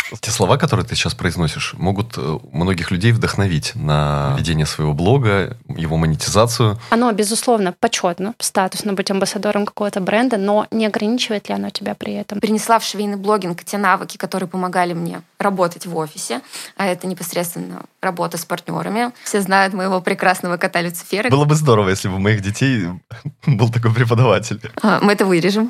Те слова, которые ты сейчас произносишь, могут многих людей вдохновить на ведение своего блога, его монетизацию. Оно, безусловно, почетно, статусно быть амбассадором какого-то бренда, но не ограничивает ли оно тебя при этом? Принесла в швейный блогинг те навыки, которые помогали мне работать в офисе, а это непосредственно работа с партнерами. Все знают моего прекрасного кота Люцифера. Было бы здорово, если бы у моих детей был такой преподаватель. Мы это вырежем.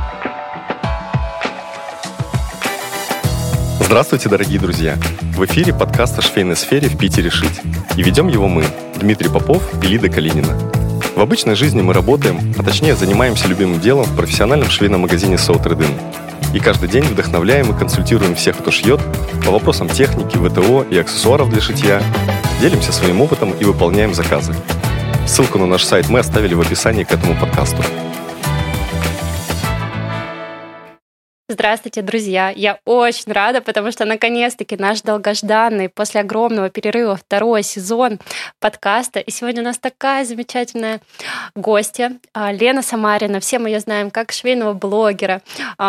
Здравствуйте, дорогие друзья! В эфире подкаст о швейной сфере в Питере «Шить». И ведем его мы, Дмитрий Попов и Лида Калинина. В обычной жизни мы работаем, а точнее занимаемся любимым делом в профессиональном швейном магазине «Соутредин». И каждый день вдохновляем и консультируем всех, кто шьет, по вопросам техники, ВТО и аксессуаров для шитья, делимся своим опытом и выполняем заказы. Ссылку на наш сайт мы оставили в описании к этому подкасту. Здравствуйте, друзья! Я очень рада, потому что наконец-таки наш долгожданный после огромного перерыва второй сезон подкаста. И сегодня у нас такая замечательная гостья, Лена Самарина. Все мы ее знаем как швейного блогера,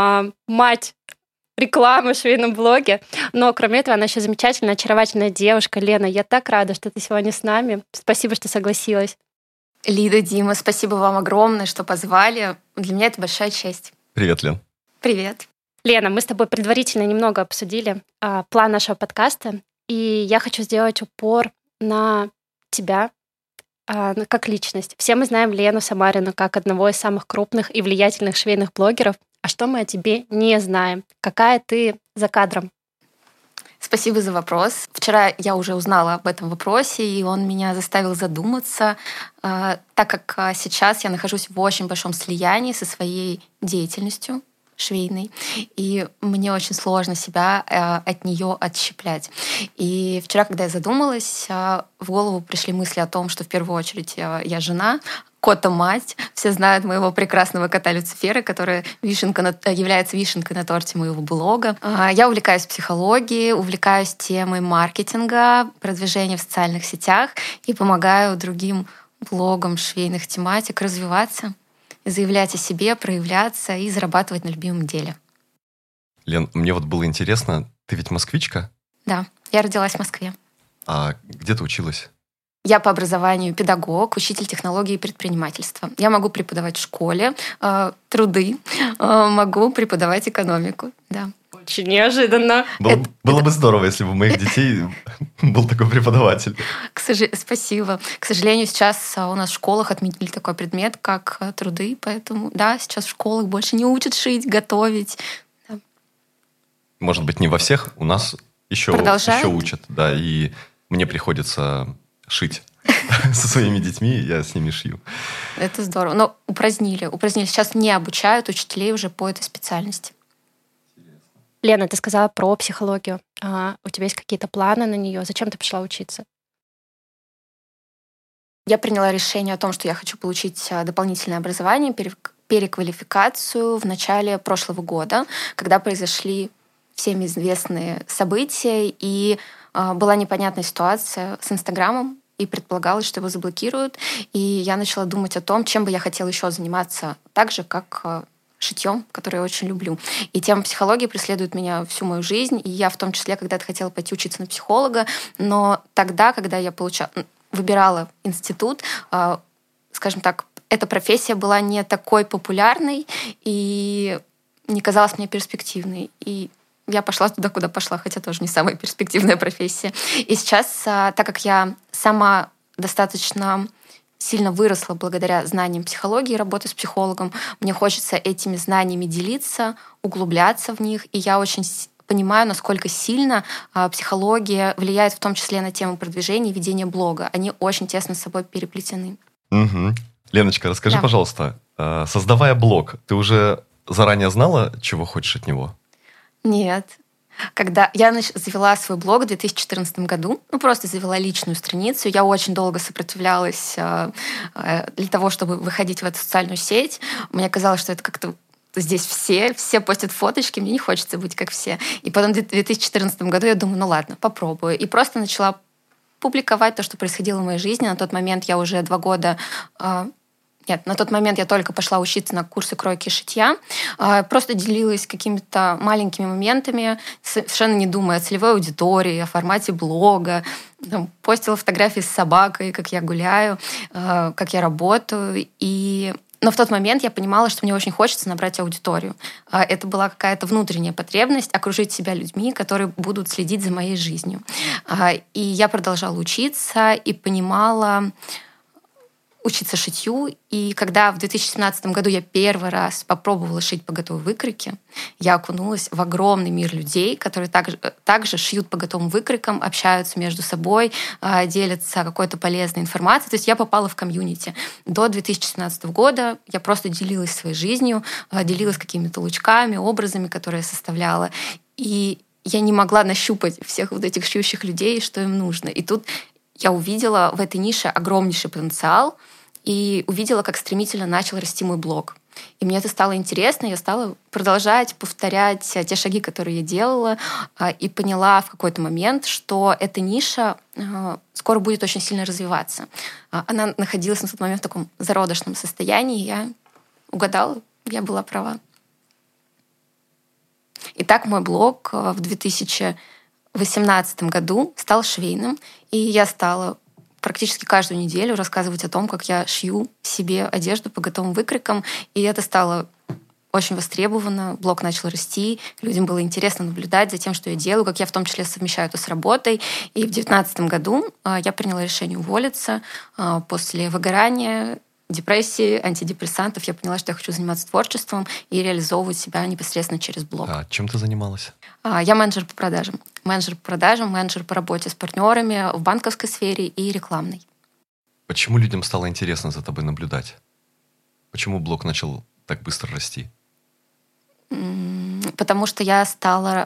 мать рекламы в швейном блоге. Но кроме этого, она еще замечательная, очаровательная девушка. Лена, я так рада, что ты сегодня с нами. Спасибо, что согласилась. Лида, Дима, спасибо вам огромное, что позвали. Для меня это большая честь. Привет, Лен. Привет. Лена, мы с тобой предварительно немного обсудили план нашего подкаста, и я хочу сделать упор на тебя как личность. Все мы знаем Лену Самарину как одного из самых крупных и влиятельных швейных блогеров. А что мы о тебе не знаем? Какая ты за кадром? Спасибо за вопрос. Вчера я уже узнала об этом вопросе, и он меня заставил задуматься, так как сейчас я нахожусь в очень большом слиянии со своей деятельностью швейной, и мне очень сложно себя от нее отщеплять. И вчера, когда я задумалась, в голову пришли мысли о том, что в первую очередь я жена, кота-мать. Все знают моего прекрасного кота Люцифера, который является вишенкой на торте моего блога. Я увлекаюсь психологией, увлекаюсь темой маркетинга, продвижения в социальных сетях и помогаю другим блогам швейных тематик развиваться, заявлять о себе, проявляться и зарабатывать на любимом деле. Лен, мне вот было интересно, ты ведь москвичка? Да, я родилась в Москве. А где ты училась? Я по образованию педагог, учитель технологии и предпринимательства. Я могу преподавать в школе труды, могу преподавать экономику. Да. Очень неожиданно. Было бы здорово, если бы у моих детей был такой преподаватель. Спасибо. К сожалению, сейчас у нас в школах отменили такой предмет, как труды, поэтому, да, сейчас в школах больше не учат шить, готовить. Да. Может быть, не во всех, у нас еще учат, да, и мне приходится шить со своими детьми, я с ними шью. Это здорово. Но упразднили. Сейчас не обучают учителей уже по этой специальности. Лена, ты сказала про психологию. У тебя есть какие-то планы на нее? Зачем ты пришла учиться? Я приняла решение о том, что я хочу получить дополнительное образование, переквалификацию в начале прошлого года, когда произошли всем известные события, и была непонятная ситуация с Инстаграмом, и предполагалось, что его заблокируют. И я начала думать о том, чем бы я хотела еще заниматься, так же, как шитьем, которое я очень люблю. И тема психологии преследует меня всю мою жизнь, и я в том числе когда-то хотела пойти учиться на психолога, но тогда, когда я выбирала институт, скажем так, эта профессия была не такой популярной и не казалась мне перспективной. И я пошла туда, куда пошла, хотя тоже не самая перспективная профессия. И сейчас, так как я сама достаточно сильно выросла благодаря знаниям психологии, работы с психологом, мне хочется этими знаниями делиться, углубляться в них, и я очень понимаю, насколько сильно психология влияет в том числе на тему продвижения и ведения блога. Они очень тесно с собой переплетены. Угу. Леночка, расскажи, пожалуйста, создавая блог, ты уже заранее знала, чего хочешь от него? Нет. Когда я завела свой блог в 2014 году, просто завела личную страницу, я очень долго сопротивлялась для того, чтобы выходить в эту социальную сеть. Мне казалось, что это как-то здесь все постят фоточки, мне не хочется быть как все. И потом в 2014 году я думаю, ну ладно, попробую. И просто начала публиковать то, что происходило в моей жизни. На тот момент я уже 2 года Нет, на тот момент я только пошла учиться на курсы кройки и шитья. Просто делилась какими-то маленькими моментами, совершенно не думая о целевой аудитории, о формате блога. Постила фотографии с собакой, как я гуляю, как я работаю. Но в тот момент я понимала, что мне очень хочется набрать аудиторию. Это была какая-то внутренняя потребность окружить себя людьми, которые будут следить за моей жизнью. И я продолжала учиться и понимала, учиться шитью. И когда в 2017 году я первый раз попробовала шить по готовой выкройке, я окунулась в огромный мир людей, которые также шьют по готовым выкройкам, общаются между собой, делятся какой-то полезной информацией. То есть я попала в комьюнити. До 2017 года я просто делилась своей жизнью, делилась какими-то лучками, образами, которые я составляла. И я не могла нащупать всех вот этих шьющих людей, что им нужно. И тут я увидела в этой нише огромнейший потенциал и увидела, как стремительно начал расти мой блог. И мне это стало интересно, я стала продолжать повторять те шаги, которые я делала, и поняла в какой-то момент, что эта ниша скоро будет очень сильно развиваться. Она находилась на тот момент в таком зародышном состоянии, и я угадала, я была права. Итак, мой блог в 2018 году стал швейным, и я стала практически каждую неделю рассказывать о том, как я шью себе одежду по готовым выкройкам, и это стало очень востребовано, блог начал расти, людям было интересно наблюдать за тем, что я делаю, как я в том числе совмещаю это с работой. И в 2019 году я приняла решение уволиться после выгорания, депрессии, антидепрессантов. Я поняла, что я хочу заниматься творчеством и реализовывать себя непосредственно через блог. А чем ты занималась? Я менеджер по продажам. Менеджер по работе с партнерами в банковской сфере и рекламной. Почему людям стало интересно за тобой наблюдать? Почему блог начал так быстро расти? Потому что я стала...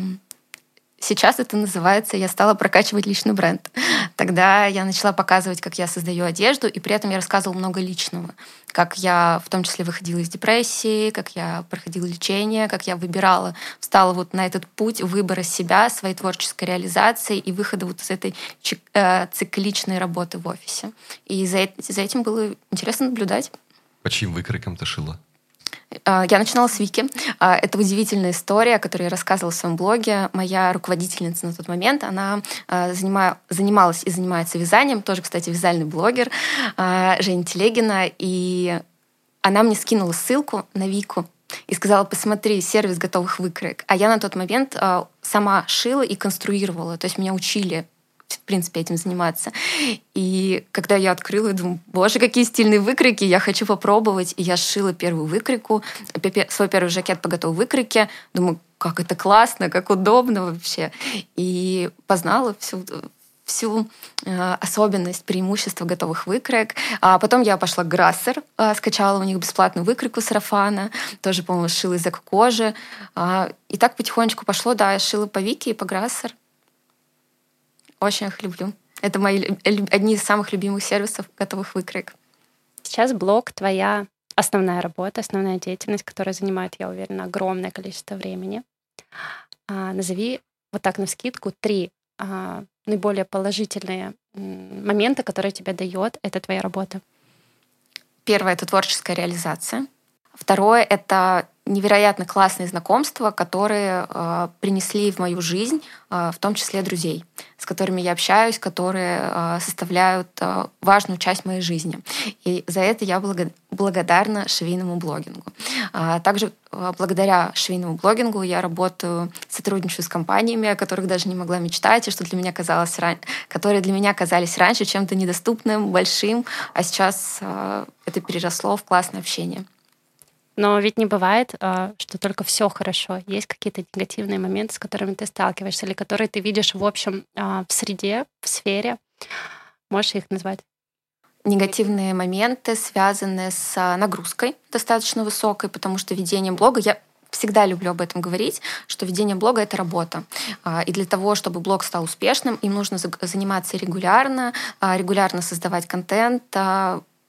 Сейчас это называется, я стала прокачивать личный бренд. Тогда я начала показывать, как я создаю одежду, и при этом я рассказывала много личного. Как я в том числе выходила из депрессии, как я проходила лечение, как я встала вот на этот путь выбора себя, своей творческой реализации и выхода вот из этой цикличной работы в офисе. И за этим было интересно наблюдать. По чьим выкройкам ты шила? Я начинала с Вики. Это удивительная история, которую я рассказывала в своем блоге. Моя руководительница на тот момент, она занималась и занимается вязанием, тоже, кстати, вязальный блогер, Женя Телегина, и она мне скинула ссылку на Вику и сказала: посмотри, сервис готовых выкроек. А я на тот момент сама шила и конструировала, то есть меня учили в принципе, этим заниматься. И когда я открыла, я думаю, боже, какие стильные выкройки, я хочу попробовать. И я сшила первую выкройку, свой первый жакет по готовой выкройке. Думаю, как это классно, как удобно вообще. И познала всю особенность, преимущество готовых выкроек. А потом я пошла к Грассер, скачала у них бесплатную выкройку сарафана, тоже, по-моему, шила из эко-кожи. И так потихонечку пошло, да, я шила по Вике и по Грассер. Очень их люблю. Это одни из самых любимых сервисов готовых выкроек. Сейчас блог — твоя основная работа, основная деятельность, которая занимает, я уверена, огромное количество времени. Назови вот так навскидку 3 наиболее положительные моменты, которые тебе дает эта твоя работа. Первое — это творческая реализация. Второе — это невероятно классные знакомства, которые принесли в мою жизнь, в том числе друзей, с которыми я общаюсь, которые составляют важную часть моей жизни. И за это я благодарна швейному блогингу. Также благодаря швейному блогингу я сотрудничаю с компаниями, о которых даже не могла мечтать, и которые для меня казались раньше чем-то недоступным, большим, а сейчас это переросло в классное общение. Но ведь не бывает, что только все хорошо. Есть какие-то негативные моменты, с которыми ты сталкиваешься, или которые ты видишь в общем в среде, в сфере. Можешь их назвать? Негативные моменты, связанные с нагрузкой достаточно высокой, потому что ведение блога, я всегда люблю об этом говорить, что ведение блога — это работа. И для того, чтобы блог стал успешным, им нужно заниматься регулярно создавать контент,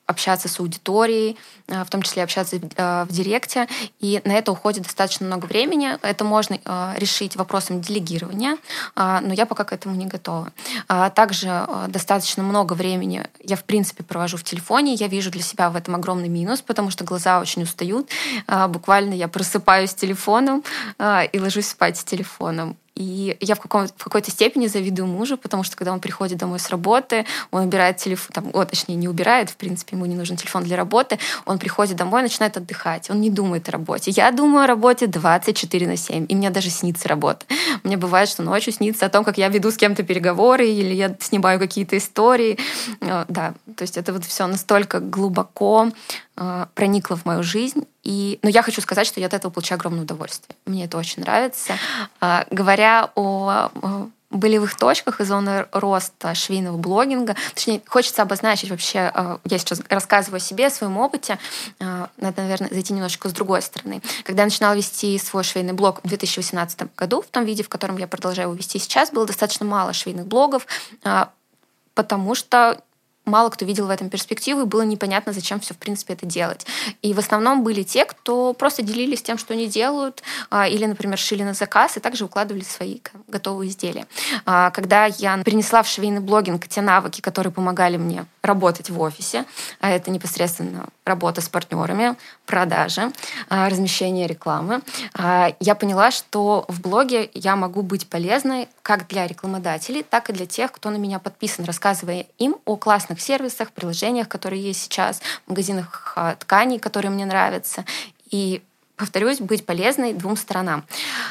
общаться с аудиторией, в том числе общаться в директе, и на это уходит достаточно много времени. Это можно решить вопросом делегирования, но я пока к этому не готова. Также достаточно много времени я, в принципе, провожу в телефоне. Я вижу для себя в этом огромный минус, потому что глаза очень устают. Буквально я просыпаюсь с телефоном и ложусь спать с телефоном. И я в какой-то степени завидую мужу, потому что когда он приходит домой с работы, он убирает телефон, точнее, не убирает, в принципе, ему не нужен телефон для работы, он приходит домой и начинает отдыхать. Он не думает о работе. Я думаю о работе 24/7, и мне даже снится работа. Мне бывает, что ночью снится о том, как я веду с кем-то переговоры, или я снимаю какие-то истории. Да, то есть это вот все настолько глубоко проникло в мою жизнь. Но я хочу сказать, что я от этого получаю огромное удовольствие. Мне это очень нравится. Говоря о болевых точках и зоны роста швейного блогинга, точнее, хочется обозначить вообще, я сейчас рассказываю о себе, о своем опыте, надо, наверное, зайти немножечко с другой стороны. Когда я начинала вести свой швейный блог в 2018 году, в том виде, в котором я продолжаю его вести сейчас, было достаточно мало швейных блогов, потому что мало кто видел в этом перспективу, и было непонятно, зачем все в принципе это делать. И в основном были те, кто просто делились тем, что они делают, или, например, шили на заказ, и также укладывали свои готовые изделия. Когда я принесла в швейный блогинг те навыки, которые помогали мне работать в офисе, а это непосредственно работа с партнерами, продажи, размещение рекламы, я поняла, что в блоге я могу быть полезной как для рекламодателей, так и для тех, кто на меня подписан, рассказывая им о классных сервисах, приложениях, которые есть сейчас, магазинах тканей, которые мне нравятся. И, повторюсь, быть полезной двум сторонам.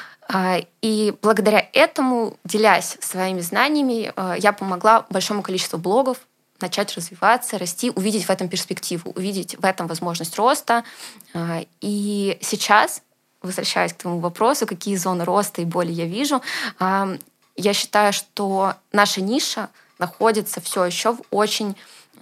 И благодаря этому, делясь своими знаниями, я помогла большому количеству блогов начать развиваться, расти, увидеть в этом перспективу, увидеть в этом возможность роста. И сейчас, возвращаясь к твоему вопросу, какие зоны роста и боли я вижу, я считаю, что наша ниша находится все еще в очень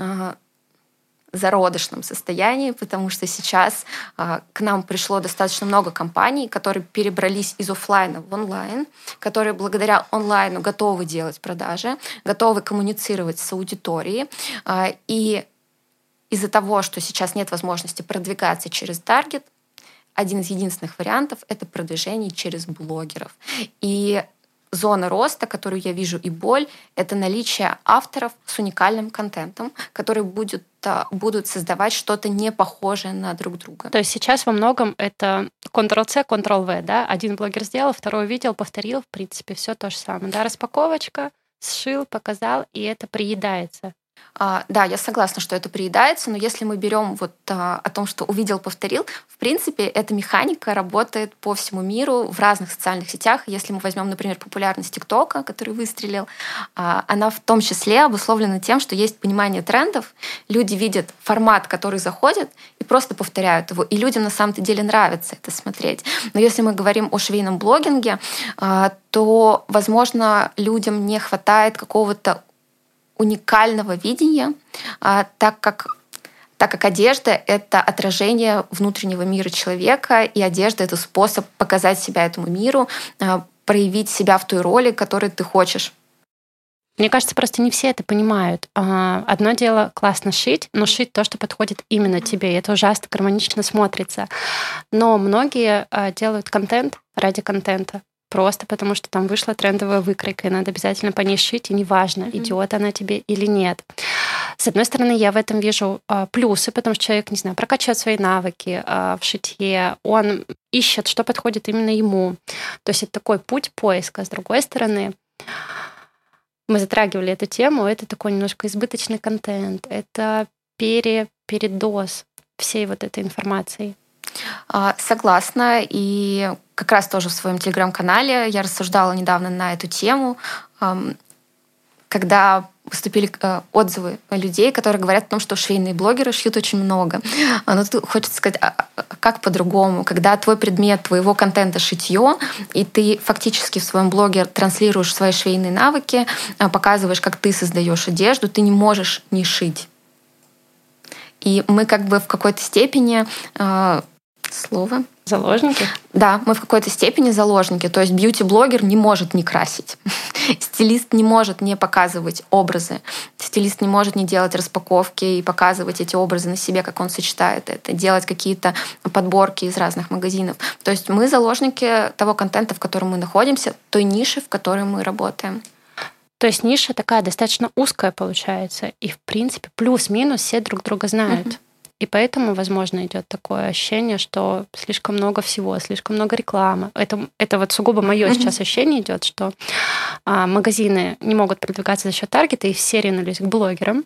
зародышном состоянии, потому что сейчас к нам пришло достаточно много компаний, которые перебрались из офлайна в онлайн, которые благодаря онлайну готовы делать продажи, готовы коммуницировать с аудиторией. И из-за того, что сейчас нет возможности продвигаться через таргет, один из единственных вариантов — это продвижение через блогеров. И зона роста, которую я вижу, и боль — это наличие авторов с уникальным контентом, которые будут создавать что-то не похожее на друг друга. То есть сейчас во многом это Ctrl-C, Ctrl-V, да? Один блогер сделал, второй увидел, повторил, в принципе, все то же самое. Да? Распаковочка, сшил, показал, и это приедается. Да, я согласна, что это приедается, но если мы берем о том, что увидел, повторил, в принципе, эта механика работает по всему миру в разных социальных сетях. Если мы возьмем, например, популярность ТикТока, который выстрелил, она в том числе обусловлена тем, что есть понимание трендов, люди видят формат, который заходит, и просто повторяют его. И людям на самом-то деле нравится это смотреть. Но если мы говорим о швейном блогинге, то, возможно, людям не хватает какого-то уникального видения, так как одежда — это отражение внутреннего мира человека, и одежда — это способ показать себя этому миру, проявить себя в той роли, которой ты хочешь. Мне кажется, просто не все это понимают. Одно дело классно шить, но шить то, что подходит именно тебе, и это ужасно гармонично смотрится. Но многие делают контент ради контента. Просто потому, что там вышла трендовая выкройка, и надо обязательно по ней шить, и неважно, идет она тебе или нет. С одной стороны, я в этом вижу плюсы, потому что человек, не знаю, прокачивает свои навыки в шитье, он ищет, что подходит именно ему. То есть это такой путь поиска. С другой стороны, мы затрагивали эту тему, это такой немножко избыточный контент, это передоз всей вот этой информации. Согласна. И как раз тоже в своем телеграм-канале я рассуждала недавно на эту тему, когда поступили отзывы людей, которые говорят о том, что швейные блогеры шьют очень много. Но тут хочется сказать, как по-другому? Когда твой предмет твоего контента — шитье, и ты фактически в своем блоге транслируешь свои швейные навыки, показываешь, как ты создаешь одежду, ты не можешь не шить. И мы как бы в какой-то степени слово. Заложники? Да, мы в какой-то степени заложники. То есть бьюти-блогер не может не красить. Стилист не может не показывать образы. Стилист не может не делать распаковки и показывать эти образы на себе, как он сочетает это, делать какие-то подборки из разных магазинов. То есть мы заложники того контента, в котором мы находимся, той ниши, в которой мы работаем. То есть ниша такая достаточно узкая получается. И, в принципе, плюс-минус все друг друга знают. И поэтому, возможно, идет такое ощущение, что слишком много всего, слишком много рекламы. Это вот сугубо мое сейчас ощущение идет, что магазины не могут продвигаться за счет таргета, и все ринулись к блогерам.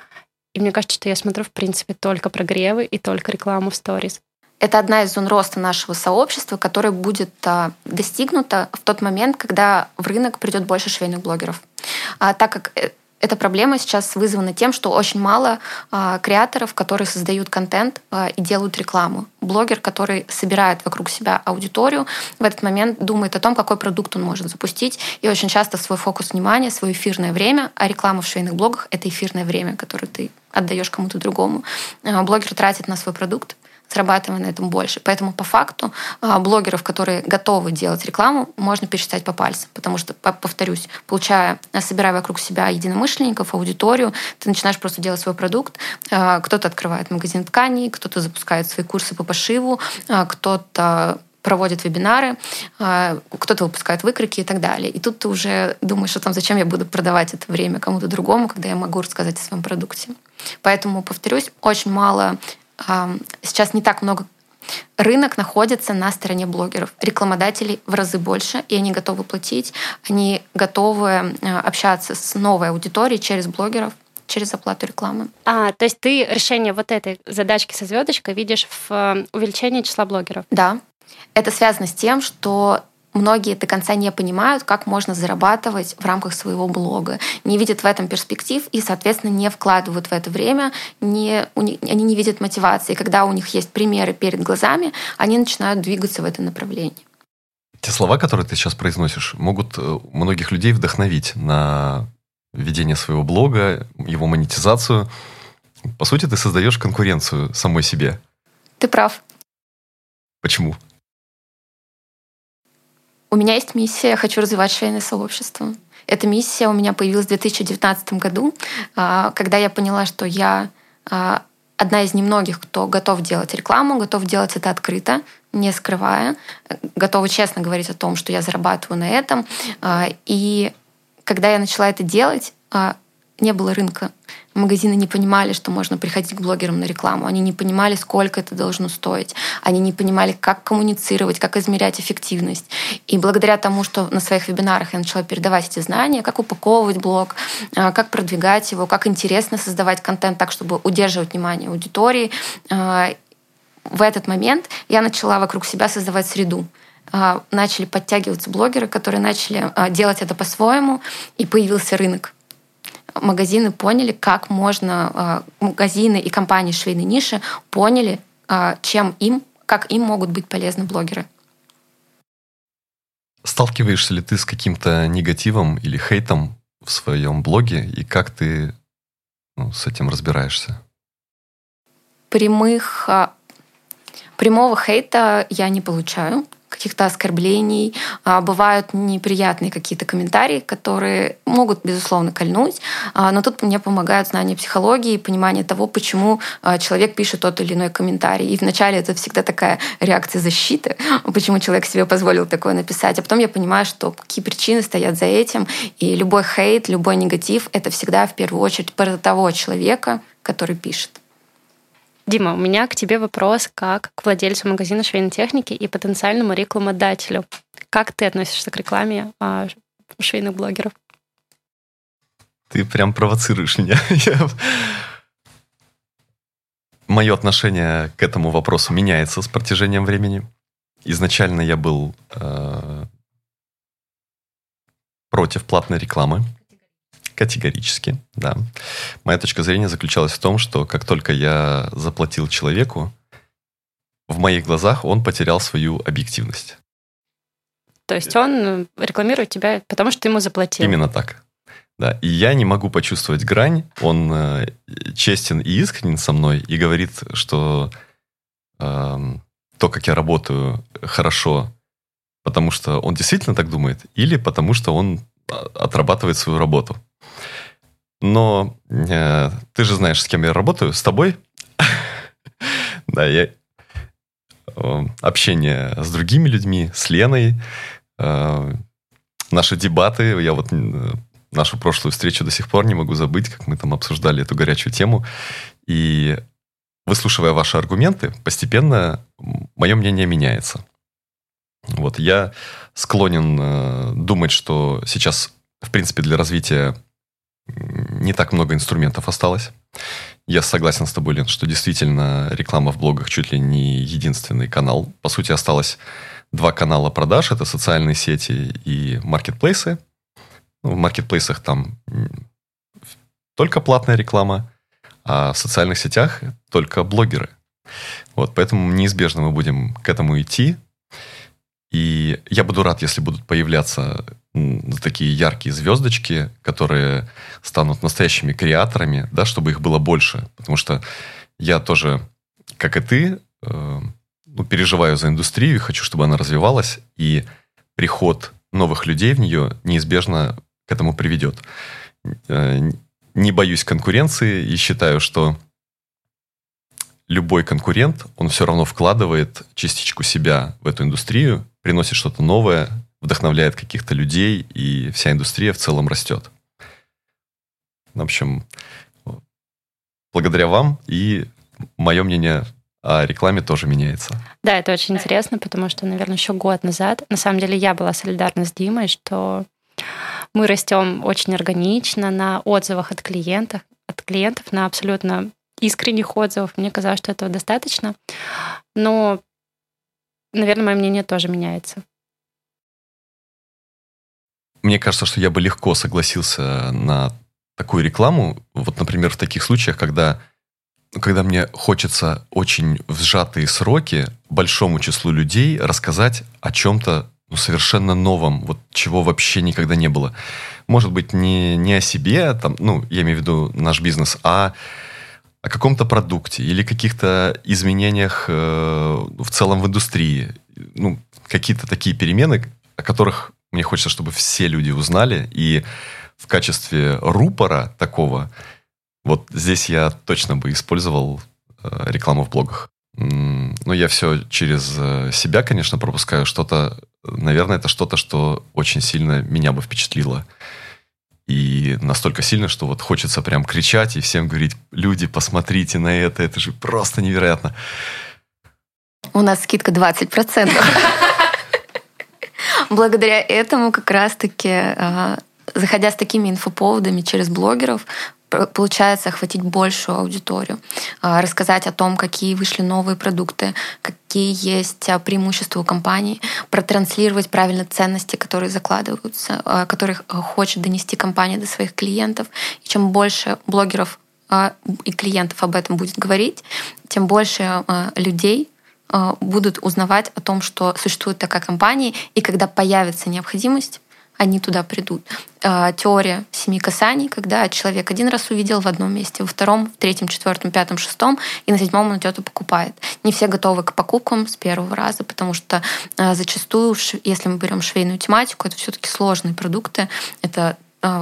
И мне кажется, что я смотрю, в принципе, только прогревы и только рекламу в сторис. Это одна из зон роста нашего сообщества, которая будет достигнута в тот момент, когда в рынок придет больше швейных блогеров. Так как эта проблема сейчас вызвана тем, что очень мало креаторов, которые создают контент и делают рекламу. Блогер, который собирает вокруг себя аудиторию, в этот момент думает о том, какой продукт он может запустить. И очень часто свой фокус внимания, свое эфирное время, а реклама в швейных блогах — это эфирное время, которое ты отдаешь кому-то другому. Блогер тратит на свой продукт, зарабатывая на этом больше. Поэтому по факту блогеров, которые готовы делать рекламу, можно пересчитать по пальцам. Потому что, повторюсь, собирая вокруг себя единомышленников, аудиторию, ты начинаешь просто делать свой продукт. Кто-то открывает магазин тканей, кто-то запускает свои курсы по пошиву, кто-то проводит вебинары, кто-то выпускает выкройки и так далее. И тут ты уже думаешь, что зачем я буду продавать это время кому-то другому, когда я могу рассказать о своем продукте. Поэтому, повторюсь, очень мало. Сейчас не так много. Рынок находится на стороне блогеров. Рекламодателей в разы больше, и они готовы платить, они готовы общаться с новой аудиторией через блогеров, через оплату рекламы. То есть ты решение вот этой задачки со звездочкой видишь в увеличении числа блогеров? Да. Это связано с тем, что многие до конца не понимают, как можно зарабатывать в рамках своего блога, не видят в этом перспектив и, соответственно, не вкладывают в это время, они не видят мотивации. И когда у них есть примеры перед глазами, они начинают двигаться в этом направлении. Те слова, которые ты сейчас произносишь, могут многих людей вдохновить на ведение своего блога, его монетизацию. По сути, ты создаешь конкуренцию самой себе. Ты прав. Почему? У меня есть миссия, я хочу развивать швейное сообщество. Эта миссия у меня появилась в 2019 году, когда я поняла, что я одна из немногих, кто готов делать рекламу, готов делать это открыто, не скрывая, готова честно говорить о том, что я зарабатываю на этом. И когда я начала это делать, не было рынка. Магазины не понимали, что можно приходить к блогерам на рекламу. Они не понимали, сколько это должно стоить. Они не понимали, как коммуницировать, как измерять эффективность. И благодаря тому, что на своих вебинарах я начала передавать эти знания, как упаковывать блог, как продвигать его, как интересно создавать контент так, чтобы удерживать внимание аудитории, в этот момент я начала вокруг себя создавать среду. Начали подтягиваться блогеры, которые начали делать это по-своему, и появился рынок. Магазины поняли, как можно, магазины и компании швейной ниши поняли, как им могут быть полезны блогеры. Сталкиваешься ли ты с каким-то негативом или хейтом в своем блоге, и как ты с этим разбираешься? Прямого хейта я не получаю, каких-то оскорблений. Бывают неприятные какие-то комментарии, которые могут, безусловно, кольнуть, но тут мне помогают знания психологии, понимание того, почему человек пишет тот или иной комментарий. И вначале это всегда такая реакция защиты, почему человек себе позволил такое написать. А потом я понимаю, что какие причины стоят за этим. И любой хейт, любой негатив — это всегда в первую очередь про того человека, который пишет. Дима, у меня к тебе вопрос как к владельцу магазина швейной техники и потенциальному рекламодателю. Как ты относишься к рекламе швейных блогеров? Ты прям провоцируешь меня. Мое отношение к этому вопросу меняется с протяжением времени. Изначально я был против платной рекламы. Категорически, да. Моя точка зрения заключалась в том, что как только я заплатил человеку, в моих глазах он потерял свою объективность. То есть он рекламирует тебя, потому что ты ему заплатил. Именно так. Да. И я не могу почувствовать грань. Он честен и искренен со мной и говорит, что то, как я работаю, хорошо, потому что он действительно так думает, или потому что он отрабатывает свою работу. Но ты же знаешь, с кем я работаю, с тобой. Да, общение с другими людьми, с Леной, наши дебаты. Я вот нашу прошлую встречу до сих пор не могу забыть, как мы там обсуждали эту горячую тему. И выслушивая ваши аргументы, постепенно мое мнение меняется. Вот, я склонен думать, что сейчас, в принципе, для развития не так много инструментов осталось. Я согласен с тобой, Лен, что действительно реклама в блогах чуть ли не единственный канал. По сути, осталось 2 канала продаж. Это социальные сети и маркетплейсы. В маркетплейсах там только платная реклама, а в социальных сетях только блогеры. Вот, поэтому неизбежно мы будем к этому идти. И я буду рад, если будут появляться такие яркие звездочки, которые станут настоящими креаторами, да, чтобы их было больше. Потому что я тоже, как и ты, переживаю за индустрию и хочу, чтобы она развивалась. И приход новых людей в нее неизбежно к этому приведет. Не боюсь конкуренции и считаю, что любой конкурент, он все равно вкладывает частичку себя в эту индустрию, приносит что-то новое, вдохновляет каких-то людей, и вся индустрия в целом растет. В общем, благодаря вам и мое мнение о рекламе тоже меняется. Да, это очень интересно, потому что, наверное, еще год назад, на самом деле, я была солидарна с Димой, что мы растем очень органично на отзывах от клиентов, на абсолютно искренних отзывов. Мне казалось, что этого достаточно. Но, наверное, мое мнение тоже меняется. Мне кажется, что я бы легко согласился на такую рекламу. Вот, например, в таких случаях, когда мне хочется очень в сжатые сроки большому числу людей рассказать о чем-то совершенно новом, вот чего вообще никогда не было. Может быть, не о себе, там, я имею в виду наш бизнес, а о каком-то продукте или каких-то изменениях в целом в индустрии. Какие-то такие перемены, о которых мне хочется, чтобы все люди узнали. И в качестве рупора такого, вот здесь я точно бы использовал рекламу в блогах. Но я все через себя, конечно, пропускаю. Наверное, это что-то, что очень сильно меня бы впечатлило. И настолько сильно, что вот хочется прям кричать и всем говорить: люди, посмотрите на это же просто невероятно. У нас скидка 20%. Благодаря этому как раз-таки, заходя с такими инфоповодами через блогеров, получается охватить большую аудиторию, рассказать о том, какие вышли новые продукты, какие есть преимущества у компании, протранслировать правильно ценности, которые закладываются, которых хочет донести компания до своих клиентов. И чем больше блогеров и клиентов об этом будет говорить, тем больше людей будут узнавать о том, что существует такая компания, и когда появится необходимость, они туда придут. Теория 7 касаний, когда человек один раз увидел в одном месте, во втором, в третьем, четвертом, пятом, шестом, и на 7-м он идет и покупает. Не все готовы к покупкам с первого раза, потому что зачастую, если мы берем швейную тематику, это все-таки сложные продукты. Это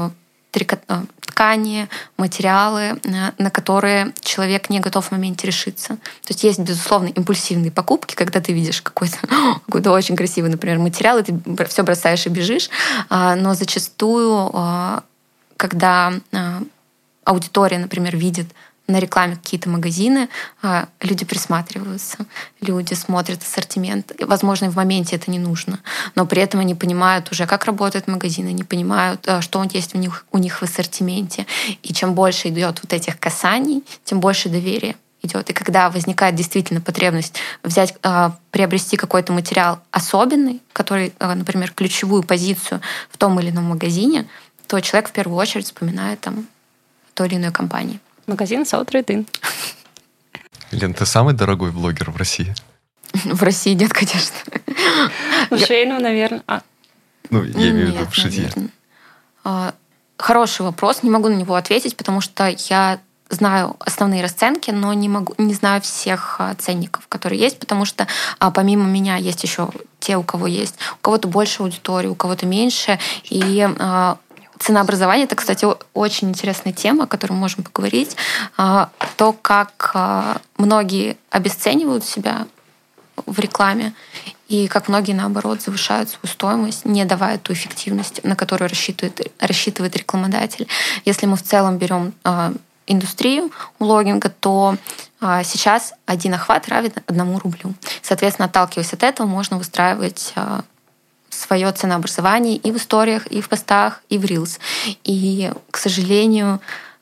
ткани, материалы, на которые человек не готов в моменте решиться. То есть есть, безусловно, импульсивные покупки, когда ты видишь какой-то очень красивый, например, материал, и ты все бросаешь и бежишь. Но зачастую, когда аудитория, например, видит на рекламе какие-то магазины, люди присматриваются, люди смотрят ассортимент. Возможно, в моменте это не нужно, но при этом они понимают уже, как работают магазины, они понимают, что есть у них в ассортименте. И чем больше идет вот этих касаний, тем больше доверия идет. И когда возникает действительно потребность взять, приобрести какой-то материал особенный, который, например, ключевую позицию в том или ином магазине, то человек в первую очередь вспоминает там той или иной компании. Магазин Саутрейдин. Лен, ты самый дорогой блогер в России? В России нет, конечно. В швейную, наверное. Я имею в виду в шитье. Хороший вопрос. Не могу на него ответить, потому что я знаю основные расценки, но не знаю всех ценников, которые есть, потому что помимо меня есть еще те, у кого-то больше аудитории, у кого-то меньше. И ценообразование — это, кстати, очень интересная тема, о которой мы можем поговорить. То, как многие обесценивают себя в рекламе, и как многие, наоборот, завышают свою стоимость, не давая ту эффективность, на которую рассчитывает рекламодатель. Если мы в целом берем индустрию блогинга, то сейчас один охват равен 1 рублю. Соответственно, отталкиваясь от этого, можно выстраивать свое ценообразование и в историях, и в постах, и в Reels. И, к сожалению,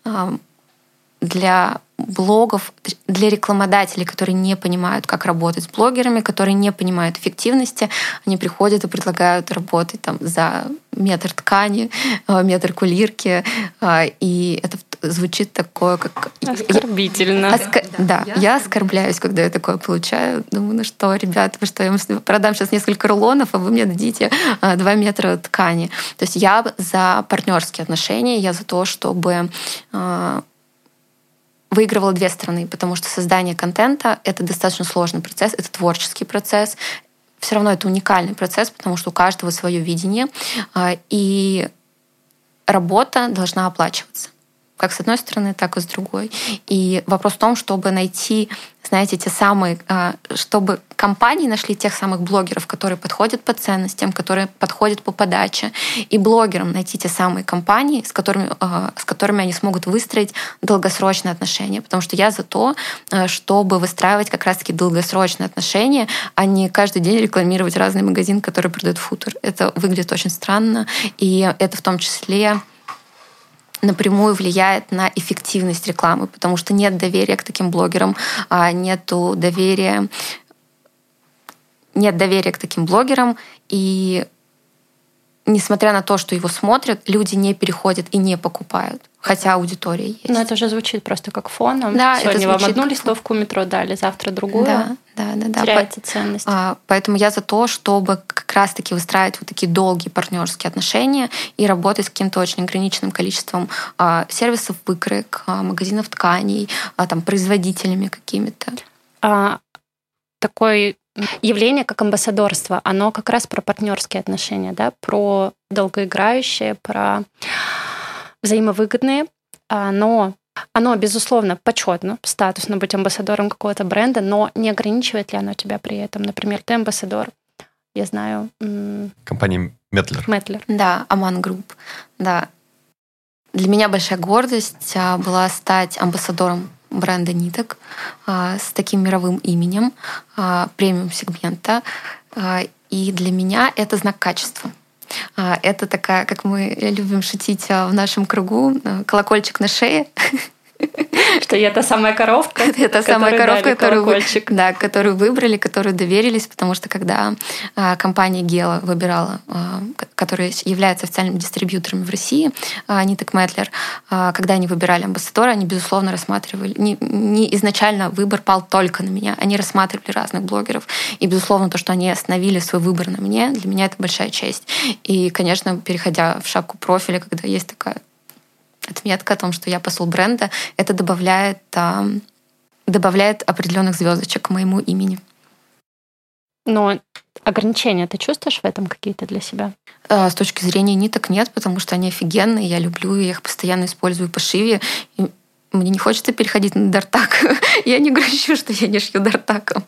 для блогов, для рекламодателей, которые не понимают, как работать с блогерами, которые не понимают эффективности, они приходят и предлагают работать там за метр ткани, метр кулирки, и это звучит такое, как... Оскорбительно. Да, я оскорбляюсь, когда я такое получаю. Думаю, ну что, ребята, вы что, я вам продам сейчас несколько рулонов, а вы мне дадите 2 метра ткани. То есть я за партнерские отношения, я за то, чтобы выигрывала 2 стороны, потому что создание контента — это достаточно сложный процесс, это творческий процесс. Все равно это уникальный процесс, потому что у каждого свое видение, и работа должна оплачиваться. Как с одной стороны, так и с другой. И вопрос в том, чтобы найти, знаете, чтобы компании нашли тех самых блогеров, которые подходят по ценностям, которые подходят по подаче, и блогерам найти те самые компании, с которыми они смогут выстроить долгосрочные отношения. Потому что я за то, чтобы выстраивать как раз-таки долгосрочные отношения, а не каждый день рекламировать разный магазин, который продает футер. Это выглядит очень странно, и это в том числе напрямую влияет на эффективность рекламы, потому что нет доверия к таким блогерам, нет доверия к таким блогерам, и несмотря на то, что его смотрят, люди не переходят и не покупают, хотя аудитория есть. Но это же звучит просто как фоном. Да, сегодня вам одну листовку метро дали, завтра другую. Да. Теряется ценность. Поэтому я за то, чтобы как раз-таки выстраивать вот такие долгие партнерские отношения и работать с каким-то очень ограниченным количеством сервисов выкроек, магазинов тканей, производителями какими-то. Такое явление, как амбассадорство, оно как раз про партнерские отношения, да, про долгоиграющие, про взаимовыгодные, но оно, безусловно, почетно, статусно быть амбассадором какого-то бренда, но не ограничивает ли оно тебя при этом? Например, ты амбассадор, я знаю... Компании Меттлер. Да, Аман Групп. Да. Для меня большая гордость была стать амбассадором бренда ниток с таким мировым именем, премиум-сегмента. И для меня это знак качества. Это такая, как мы любим шутить в нашем кругу, колокольчик на шее. Что я та самая коровка? Это та самая коровка, которую выбрали, которую доверились, потому что когда компания Гела выбирала, которая является официальным дистрибьютором в России, ниток Меттлер, когда они выбирали амбассадора, они, безусловно, рассматривали... Не изначально выбор пал только на меня. Они рассматривали разных блогеров. И, безусловно, то, что они остановили свой выбор на мне, для меня это большая честь. И, конечно, переходя в шапку профиля, когда есть такая отметка о том, что я посол бренда, это добавляет определенных звездочек к моему имени. Но ограничения ты чувствуешь в этом какие-то для себя? С точки зрения ниток нет, потому что они офигенные, я люблю, я их постоянно использую по шиве. И мне не хочется переходить на дартак. Я не грущу, что я не шью дартаком.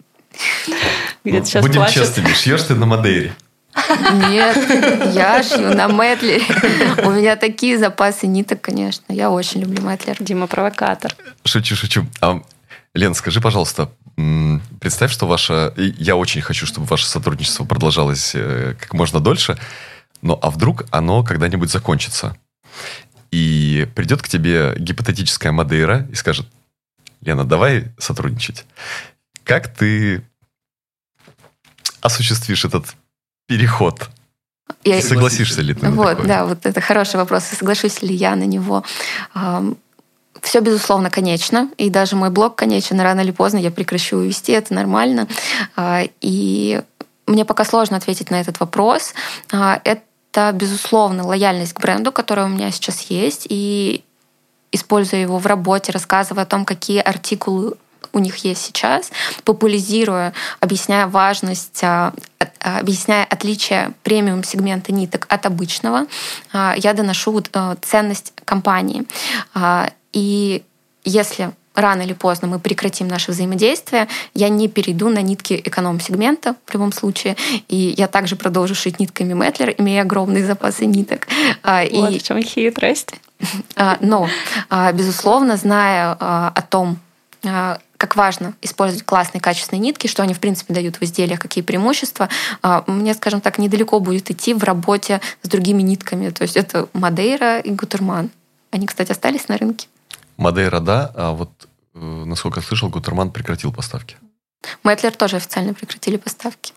Будем честными, шьешь ты на Мадейре? Нет, я шью на Меттлере. У меня такие запасы ниток, конечно. Я очень люблю Меттлер. Дима провокатор. Шучу. Лен, скажи, пожалуйста, представь, что я очень хочу, чтобы ваше сотрудничество продолжалось как можно дольше, но вдруг оно когда-нибудь закончится. И придет к тебе гипотетическая Мадейра и скажет: Лена, давай сотрудничать. Как ты осуществишь этот переход? Согласишься ли ты на такое? Да, вот это хороший вопрос. Соглашусь ли я на него? Все, безусловно, конечно. И даже мой блог конечен. Рано или поздно я прекращу вести. Это нормально. И мне пока сложно ответить на этот вопрос. Это, безусловно, лояльность к бренду, которая у меня сейчас есть. И используя его в работе, рассказывая о том, какие артикулы у них есть сейчас, популяризируя, объясняя важность, объясняя отличие премиум-сегмента ниток от обычного, я доношу ценность компании. И если рано или поздно мы прекратим наше взаимодействие, я не перейду на нитки эконом-сегмента в любом случае, и я также продолжу шить нитками Мэтлер, имея огромные запасы ниток. Вот в чем хитрость. Но, безусловно, зная о том, как важно использовать классные качественные нитки, что они, в принципе, дают в изделиях, какие преимущества, мне, скажем так, недалеко будет идти в работе с другими нитками. То есть это Мадейра и Гутерман. Они, кстати, остались на рынке. Мадейра, да, а вот, насколько я слышал, Гутерман прекратил поставки. Мэтлер тоже официально прекратили поставки.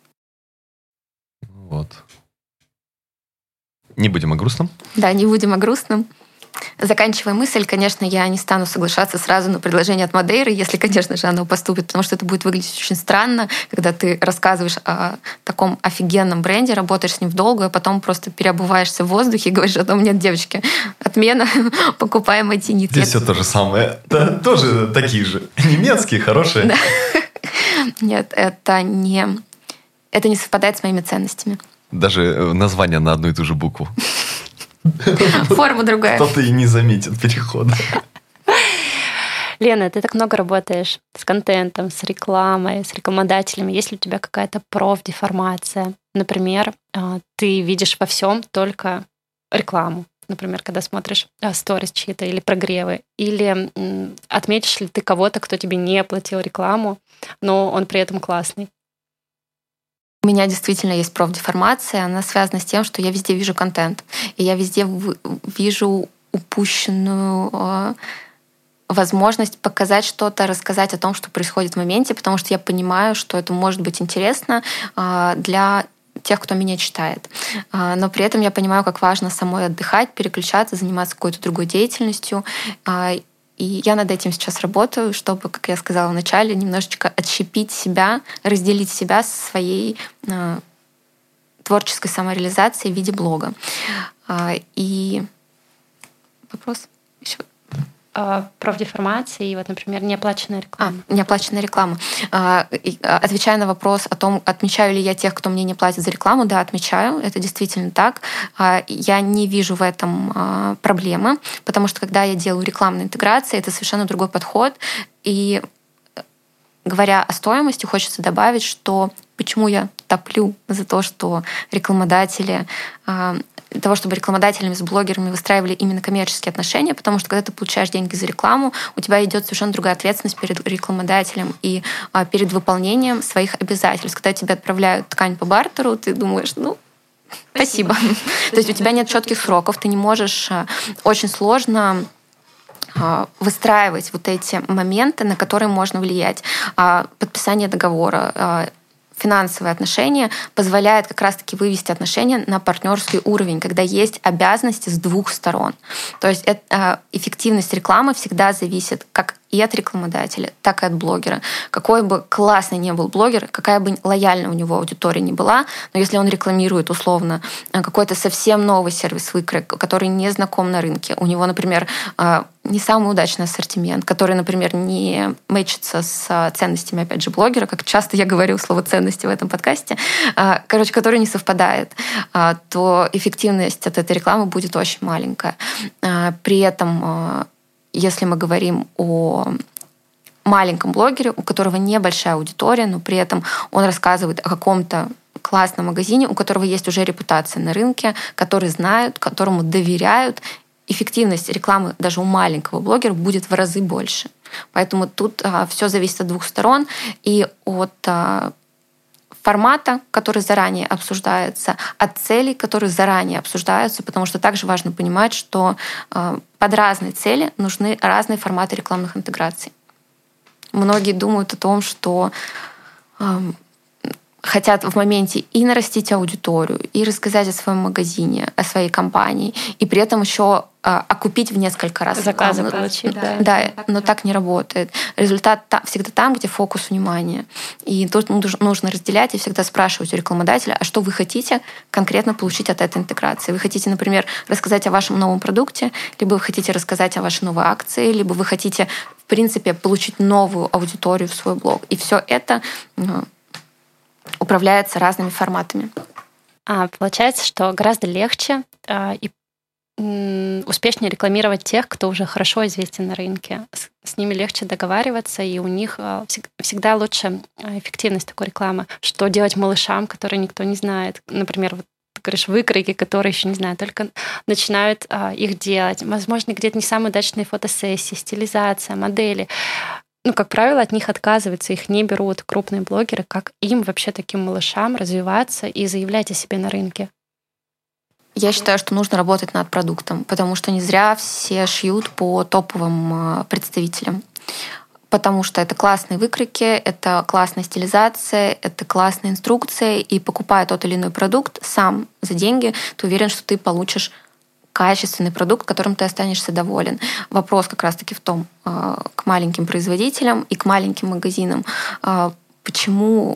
Вот. Не будем о грустном? Да, не будем о грустном. Заканчивая мысль, конечно, я не стану соглашаться сразу на предложение от Мадейры, если, конечно же, оно поступит, потому что это будет выглядеть очень странно, когда ты рассказываешь о таком офигенном бренде, работаешь с ним в долгую, а потом просто переобуваешься в воздухе и говоришь о том, нет, девочки, отмена, покупаем эти нитки. Здесь все то же самое. Да, тоже такие же. Немецкие, хорошие. Нет, это не совпадает с моими ценностями. Даже название на одну и ту же букву. Форма другая. Кто-то и не заметит перехода. Лена, ты так много работаешь с контентом, с рекламой, с рекламодателями. Есть ли у тебя какая-то профдеформация? Например, ты видишь во всем только рекламу. Например, когда смотришь сторис чьи-то или прогревы. Или отметишь ли ты кого-то, кто тебе не платил рекламу, но он при этом классный? У меня действительно есть профдеформация, она связана с тем, что я везде вижу контент, и я везде вижу упущенную возможность показать что-то, рассказать о том, что происходит в моменте, потому что я понимаю, что это может быть интересно для тех, кто меня читает. Но при этом я понимаю, как важно самой отдыхать, переключаться, заниматься какой-то другой деятельностью. И я над этим сейчас работаю, чтобы, как я сказала вначале, немножечко отщепить себя, разделить себя со своей творческой самореализацией в виде блога. И вопрос еще. Профдеформации и, вот, например, неоплаченная реклама. Неоплаченная реклама. Отвечая на вопрос о том, отмечаю ли я тех, кто мне не платит за рекламу, да, отмечаю. Это действительно так. Я не вижу в этом проблемы, потому что когда я делаю рекламные интеграции, это совершенно другой подход. И говоря о стоимости, хочется добавить, что почему я топлю за то, что рекламодатели для того, чтобы рекламодателями с блогерами выстраивали именно коммерческие отношения, потому что когда ты получаешь деньги за рекламу, у тебя идет совершенно другая ответственность перед рекламодателем и перед выполнением своих обязательств. Когда тебе отправляют ткань по бартеру, ты думаешь, спасибо. То есть у тебя нет четких сроков, ты не можешь, очень сложно выстраивать вот эти моменты, на которые можно влиять. Подписание договора, финансовые отношения позволяет как раз-таки вывести отношения на партнерский уровень, когда есть обязанности с двух сторон. То есть эффективность рекламы всегда зависит как и от рекламодателя, так и от блогера. Какой бы классный ни был блогер, какая бы лояльная у него аудитория ни была, но если он рекламирует условно какой-то совсем новый сервис выкройки, который не знаком на рынке, у него, например, не самый удачный ассортимент, который, например, не мэчится с ценностями, опять же, блогера, как часто я говорю слово «ценности» в этом подкасте, который не совпадает, то эффективность от этой рекламы будет очень маленькая. При этом, если мы говорим о маленьком блогере, у которого небольшая аудитория, но при этом он рассказывает о каком-то классном магазине, у которого есть уже репутация на рынке, который знают, которому доверяют, эффективность рекламы даже у маленького блогера будет в разы больше. Поэтому тут все зависит от двух сторон и от формата, который заранее обсуждается, от целей, которые заранее обсуждаются, потому что также важно понимать, что под разные цели нужны разные форматы рекламных интеграций. Многие думают о том, что хотят в моменте и нарастить аудиторию, и рассказать о своем магазине, о своей компании, и при этом еще окупить в несколько раз заказы получить. Да, но так не работает. Результат всегда там, где фокус внимания. И тут нужно разделять и всегда спрашивать у рекламодателя, а что вы хотите конкретно получить от этой интеграции. Вы хотите, например, рассказать о вашем новом продукте, либо вы хотите рассказать о вашей новой акции, либо вы хотите, в принципе, получить новую аудиторию в свой блог. И все это управляется разными форматами. Получается, что гораздо легче и успешнее рекламировать тех, кто уже хорошо известен на рынке. С ними легче договариваться, и у них всегда лучше эффективность такой рекламы. Что делать малышам, которые никто не знает? Например, вот ты говоришь, выкройки, которые еще не знаю, только начинают их делать. Возможно, где-то не самые удачные фотосессии, стилизация, модели. Как правило, от них отказываются, их не берут крупные блогеры. Как им вообще, таким малышам, развиваться и заявлять о себе на рынке? Я считаю, что нужно работать над продуктом, потому что не зря все шьют по топовым представителям. Потому что это классные выкройки, это классная стилизация, это классная инструкция, и покупая тот или иной продукт сам за деньги, ты уверен, что ты получишь качественный продукт, которым ты останешься доволен. Вопрос как раз-таки в том, к маленьким производителям и к маленьким магазинам, почему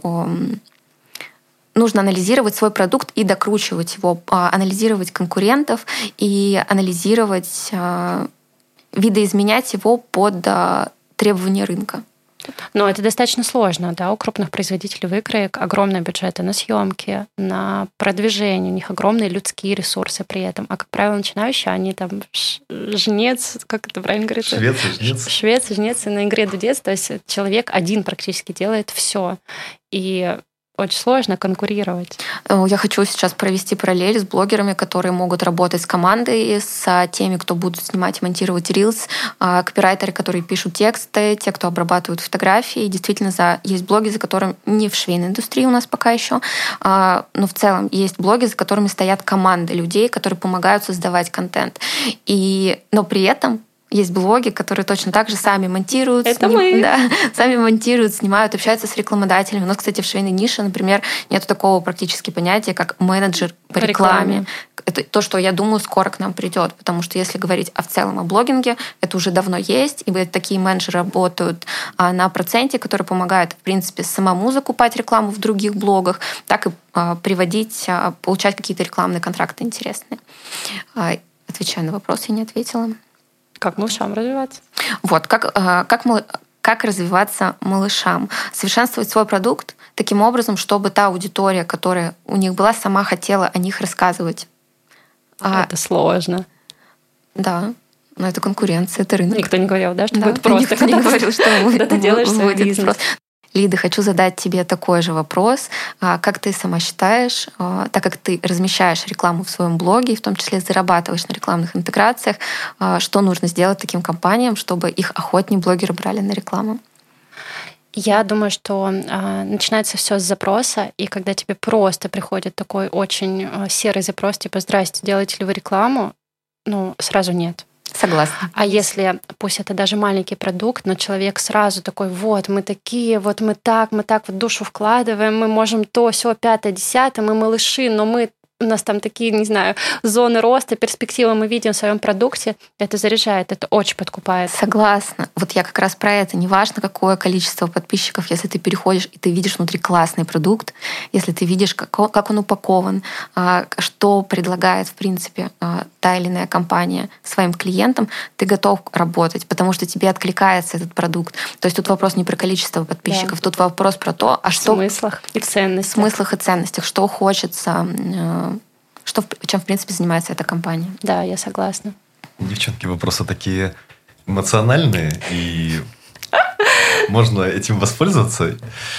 нужно анализировать свой продукт и докручивать его, анализировать конкурентов и анализировать, видоизменять его под требования рынка. Но это достаточно сложно, да, у крупных производителей выкроек огромные бюджеты на съемки, на продвижение, у них огромные людские ресурсы при этом. А, как правило, начинающие, они там жнец, как это правильно говорится? Швец, жнец и на игре дудец, то есть человек один практически делает все. И очень сложно конкурировать. Я хочу сейчас провести параллель с блогерами, которые могут работать с командой, с теми, кто будут снимать и монтировать рилс, копирайтеры, которые пишут тексты, те, кто обрабатывают фотографии. Действительно, есть блоги, за которыми не в швейной индустрии у нас пока еще, но в целом есть блоги, за которыми стоят команды людей, которые помогают создавать контент. Но при этом есть блоги, которые точно так же сами монтируют. Сами монтируют, снимают, общаются с рекламодателями. У нас, кстати, в швейной нише, например, нет такого практически понятия, как менеджер по рекламе. Это то, что, я думаю, скоро к нам придет. Потому что если говорить в целом о блогинге, это уже давно есть. И такие менеджеры работают на проценте, который помогает, в принципе, самому закупать рекламу в других блогах, так и получать какие-то рекламные контракты интересные. Отвечая на вопрос, я не ответила. Как малышам развиваться? Вот, как развиваться малышам? Совершенствовать свой продукт таким образом, чтобы та аудитория, которая у них была, сама хотела о них рассказывать. Это сложно. Да, но это конкуренция, это рынок. Никто не говорил, да, что будет просто. Никто не говорил, что ты делаешь свой бизнес. Лида, хочу задать тебе такой же вопрос. Как ты сама считаешь, так как ты размещаешь рекламу в своем блоге, и в том числе зарабатываешь на рекламных интеграциях, что нужно сделать таким компаниям, чтобы их охотнее блогеры брали на рекламу? Я думаю, что начинается все с запроса, и когда тебе просто приходит такой очень серый запрос, типа «Здрасте, делаете ли вы рекламу?», сразу нет. Согласна. А если, пусть это даже маленький продукт, но человек сразу такой, вот мы такие, вот мы так вот душу вкладываем, мы можем то, сё, 5, 10, мы малыши, но у нас там такие, не знаю, зоны роста, перспективы мы видим в своем продукте, это заряжает, это очень подкупает. Согласна. Вот я как раз про это. Неважно, какое количество подписчиков, если ты переходишь и ты видишь внутри классный продукт, если ты видишь, как он упакован, что предлагает, в принципе, та или иная компания своим клиентам, ты готов работать, потому что тебе откликается этот продукт. То есть тут вопрос не про количество подписчиков, тут вопрос про то, что... В смыслах и ценностях. В смыслах и ценностях, что хочется... чем, в принципе, занимается эта компания. Да, я согласна. Девчонки, вопросы такие эмоциональные, и можно этим воспользоваться.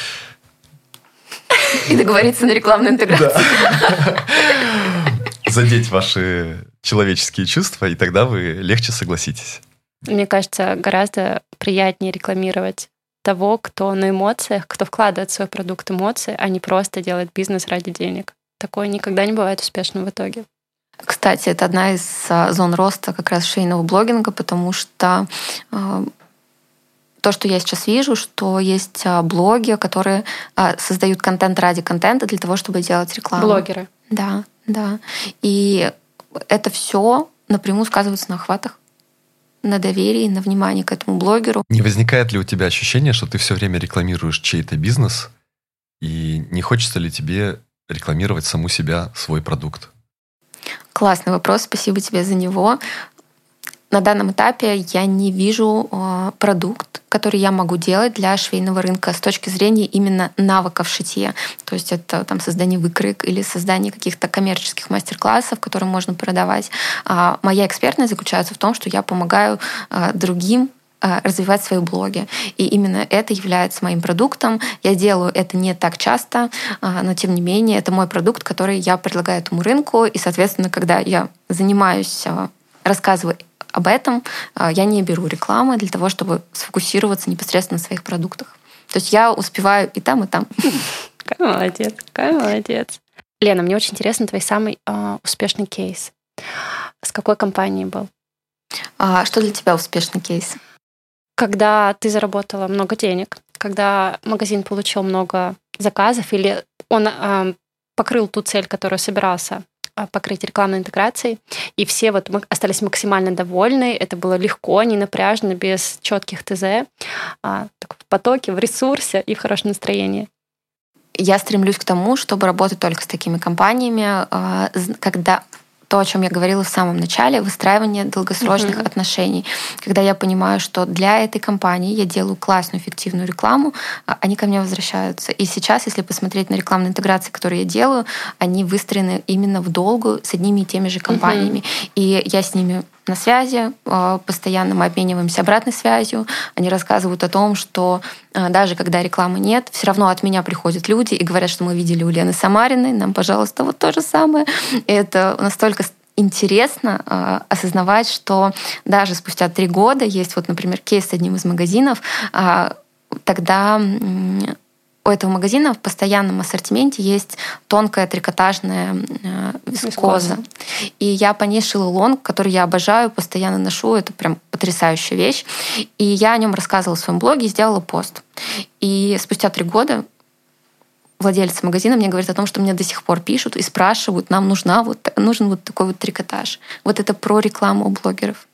И договориться на рекламную интеграцию. Задеть ваши человеческие чувства, и тогда вы легче согласитесь. Мне кажется, гораздо приятнее рекламировать того, кто на эмоциях, кто вкладывает в свой продукт эмоции, а не просто делает бизнес ради денег. Такое никогда не бывает успешным в итоге. Кстати, это одна из зон роста как раз швейного блогинга, потому что то, что я сейчас вижу, что есть блоги, которые создают контент ради контента для того, чтобы делать рекламу. Блогеры. Да. И это все напрямую сказывается на охватах, на доверии, на внимании к этому блогеру. Не возникает ли у тебя ощущение, что ты все время рекламируешь чей-то бизнес, и не хочется ли тебе рекламировать саму себя, свой продукт? Классный вопрос, спасибо тебе за него. На данном этапе я не вижу продукт, который я могу делать для швейного рынка с точки зрения именно навыков шитья. То есть это создание выкроек или создание каких-то коммерческих мастер-классов, которые можно продавать. Моя экспертность заключается в том, что я помогаю другим развивать свои блоги. И именно это является моим продуктом. Я делаю это не так часто, но тем не менее это мой продукт, который я предлагаю этому рынку. И, соответственно, когда я занимаюсь, рассказываю об этом, я не беру рекламы для того, чтобы сфокусироваться непосредственно на своих продуктах. То есть я успеваю и там, и там. Какая молодец. Лена, мне очень интересно твой самый успешный кейс. С какой компанией был? Что для тебя успешный кейс? Когда ты заработала много денег, когда магазин получил много заказов, или он покрыл ту цель, которую собирался покрыть рекламной интеграцией, и все мы остались максимально довольны. Это было легко, не напряжно, без четких ТЗ, в потоке, в ресурсе и в хорошем настроении. Я стремлюсь к тому, чтобы работать только с такими компаниями, когда то, о чем я говорила в самом начале, выстраивание долгосрочных отношений. Когда я понимаю, что для этой компании я делаю классную, эффективную рекламу, они ко мне возвращаются. И сейчас, если посмотреть на рекламные интеграции, которые я делаю, они выстроены именно в долгу с одними и теми же компаниями. И я с ними на связи, постоянно мы обмениваемся обратной связью. Они рассказывают о том, что даже когда рекламы нет, все равно от меня приходят люди и говорят, что мы видели у Лены Самариной, нам, пожалуйста, вот то же самое. И это настолько интересно осознавать, что даже спустя 3 года есть, например, кейс с одним из магазинов, тогда у этого магазина в постоянном ассортименте есть тонкая трикотажная вискоза. И я по ней шила лонг, который я обожаю, постоянно ношу. Это прям потрясающая вещь. И я о нем рассказывала в своем блоге и сделала пост. И спустя 3 года владелец магазина мне говорит о том, что мне до сих пор пишут и спрашивают, нам нужен такой трикотаж. Это про рекламу у блогеров.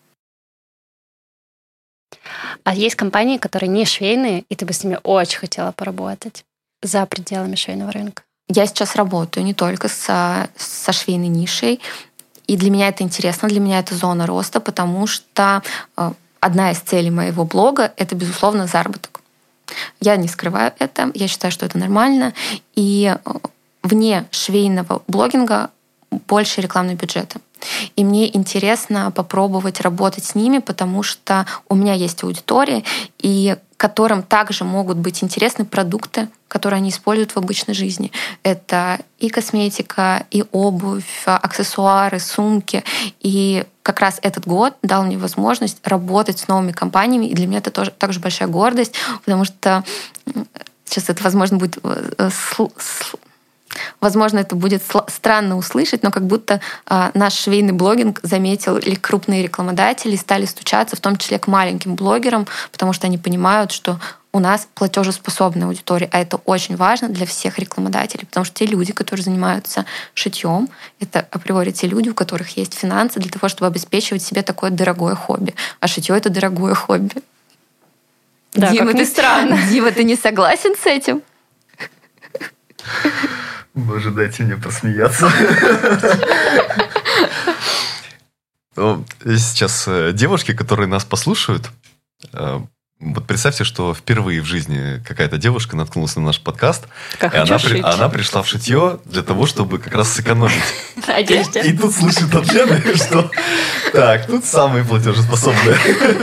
А есть компании, которые не швейные, и ты бы с ними очень хотела поработать за пределами швейного рынка? Я сейчас работаю не только со швейной нишей, и для меня это интересно, для меня это зона роста, потому что одна из целей моего блога — это, безусловно, заработок. Я не скрываю это, я считаю, что это нормально, и вне швейного блогинга больше рекламного бюджета. И мне интересно попробовать работать с ними, потому что у меня есть аудитория, и которым также могут быть интересны продукты, которые они используют в обычной жизни. Это и косметика, и обувь, аксессуары, сумки. И как раз этот год дал мне возможность работать с новыми компаниями, и для меня это тоже также большая гордость, потому что сейчас это, возможно, будет странно услышать, но как будто наш швейный блогинг заметил, или крупные рекламодатели стали стучаться, в том числе к маленьким блогерам, потому что они понимают, что у нас платежеспособная аудитория, а это очень важно для всех рекламодателей, потому что те люди, которые занимаются шитьем, это априори те люди, у которых есть финансы для того, чтобы обеспечивать себе такое дорогое хобби. А шитье — это дорогое хобби. Да, Дима, ты странно. Дима, ты не согласен с этим? Боже, дайте мне посмеяться. Сейчас девушки, которые нас послушают, представьте, что впервые в жизни какая-то девушка наткнулась на наш подкаст, и она пришла в шитье для того, чтобы как раз сэкономить. Одежде. И тут слышит от Лены, что так, тут самые платежеспособные.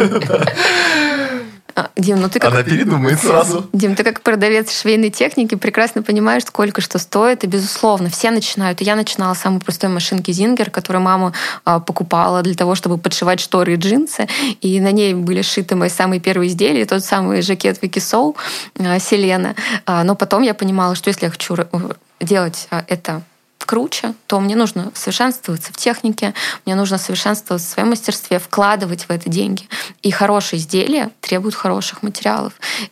Дим, Она передумает сразу. Дим, ты как продавец швейной техники прекрасно понимаешь, сколько что стоит. И, безусловно, все начинают. И я начинала с самой простой машинки Зингер, которую мама покупала для того, чтобы подшивать шторы и джинсы. И на ней были сшиты мои самые первые изделия, тот самый жакет Вики Соу Селена. Но потом я понимала, что если я хочу делать это круче, то мне нужно совершенствоваться в технике, мне нужно совершенствоваться в своем мастерстве, вкладывать в это деньги. И хорошие изделия требуют хороших материалов.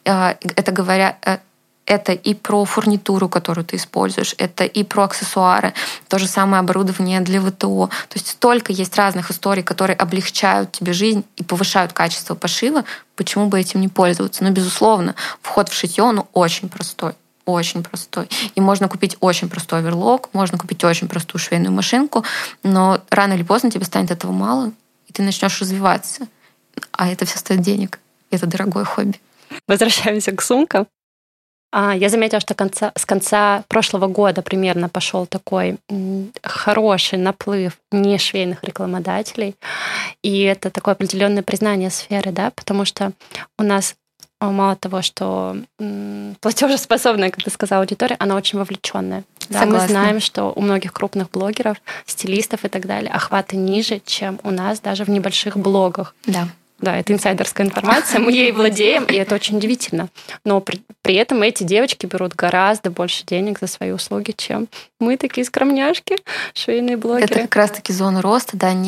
Это и про фурнитуру, которую ты используешь, это и про аксессуары, то же самое оборудование для ВТО. То есть столько есть разных историй, которые облегчают тебе жизнь и повышают качество пошива. Почему бы этим не пользоваться? Но, безусловно, вход в шитье, он очень простой. Очень простой. И можно купить очень простой оверлок, можно купить очень простую швейную машинку, но рано или поздно тебе станет этого мало, и ты начнешь развиваться. А это все стоит денег. Это дорогое хобби. Возвращаемся к сумкам. Я заметила, что с конца прошлого года примерно пошел такой хороший наплыв нешвейных рекламодателей. И это такое определенное признание сферы, да, потому что у нас мало того, что платежеспособная, как ты сказала, аудитория, она очень вовлеченная. Да, мы знаем, что у многих крупных блогеров, стилистов и так далее охваты ниже, чем у нас даже в небольших блогах. Да. Да, это инсайдерская информация, мы ей владеем, и это очень удивительно. Но при этом эти девочки берут гораздо больше денег за свои услуги, чем мы, такие скромняшки, швейные блогеры. Это как раз-таки зона роста, да,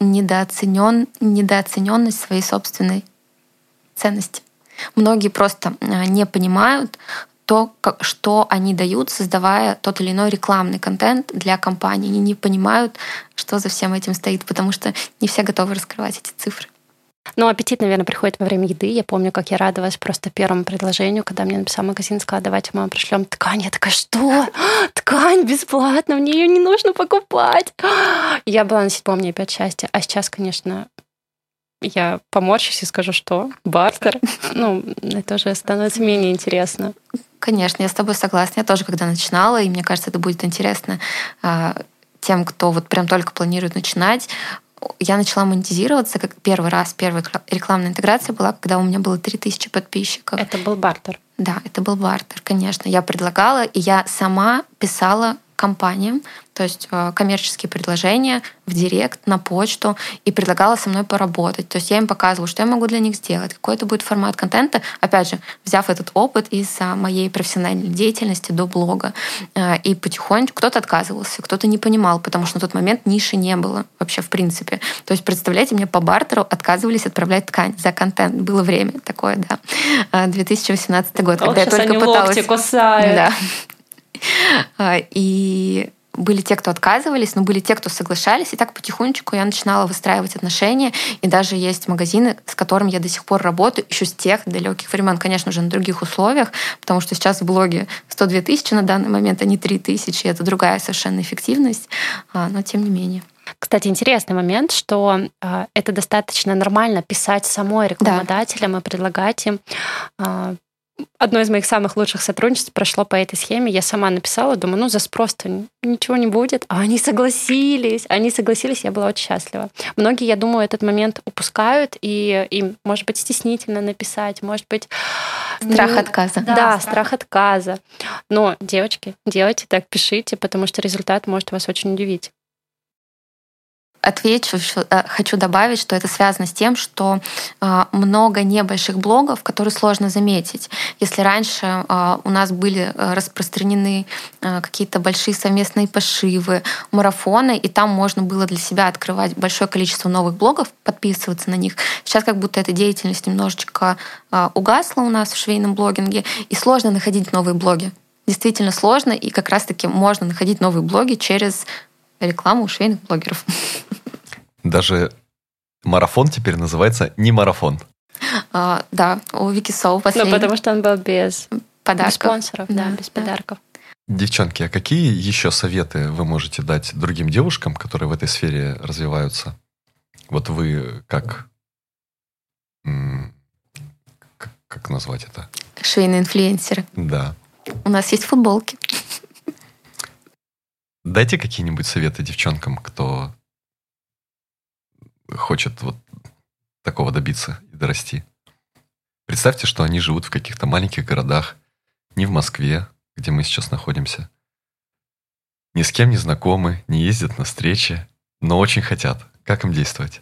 недооцененность своей собственной ценности. Многие просто не понимают то, что они дают, создавая тот или иной рекламный контент для компании. Они не понимают, что за всем этим стоит, потому что не все готовы раскрывать эти цифры. Но аппетит, наверное, приходит во время еды. Я помню, как я радовалась просто первому предложению, когда мне написал магазин, сказал, давайте мы вам пришлем ткань. Я такая, что? Ткань бесплатно, мне ее не нужно покупать. Я была на 7-м небе от счастья. А сейчас, конечно, я поморщусь и скажу, что бартер. Это уже становится менее интересно. Конечно, я с тобой согласна. Я тоже, когда начинала, и мне кажется, это будет интересно тем, кто вот прям только планирует начинать. Я начала монетизироваться, как первая рекламная интеграция была, когда у меня было 3000 подписчиков. Это был бартер? Да, это был бартер, конечно. Я предлагала, и я сама писала компаниям, то есть коммерческие предложения в директ, на почту, и предлагала со мной поработать. То есть я им показывала, что я могу для них сделать, какой это будет формат контента, опять же, взяв этот опыт из моей профессиональной деятельности до блога. И потихоньку кто-то отказывался, кто-то не понимал, потому что на тот момент ниши не было вообще в принципе. То есть, представляете, мне по бартеру отказывались отправлять ткань за контент. Было время такое, да. 2018 год, когда я только пыталась... Локти кусают. Да. И были те, кто отказывались, но были те, кто соглашались. И так потихонечку я начинала выстраивать отношения. И даже есть магазины, с которыми я до сих пор работаю, еще с тех далеких времен, конечно же, на других условиях, потому что сейчас в блоге 102 тысячи на данный момент, а не 3000. Это другая совершенно эффективность, но тем не менее. Кстати, интересный момент, что это достаточно нормально писать самой рекламодателям и предлагать им. Одно из моих самых лучших сотрудничеств прошло по этой схеме. Я сама написала, думаю, за спрос-то ничего не будет. А они согласились, я была очень счастлива. Многие, я думаю, этот момент упускают, и им, может быть, стеснительно написать, может быть... Страх отказа. Да, страх отказа. Но, девочки, делайте так, пишите, потому что результат может вас очень удивить. Отвечу, хочу добавить, что это связано с тем, что много небольших блогов, которые сложно заметить. Если раньше у нас были распространены какие-то большие совместные пошивы, марафоны, и там можно было для себя открывать большое количество новых блогов, подписываться на них. Сейчас как будто эта деятельность немножечко угасла у нас в швейном блогинге, и сложно находить новые блоги. Действительно сложно, и как раз-таки можно находить новые блоги через рекламу у швейных блогеров. Даже марафон теперь называется не марафон. Да, у Викисоу последний. Потому что он был без подарков. Без спонсоров, без подарков. Девчонки, а какие еще советы вы можете дать другим девушкам, которые в этой сфере развиваются? Вот вы как назвать это? Швейные инфлюенсеры. Да. У нас есть футболки. Дайте какие-нибудь советы девчонкам, кто хочет вот такого добиться и дорасти. Представьте, что они живут в каких-то маленьких городах, не в Москве, где мы сейчас находимся. Ни с кем не знакомы, не ездят на встречи, но очень хотят. Как им действовать?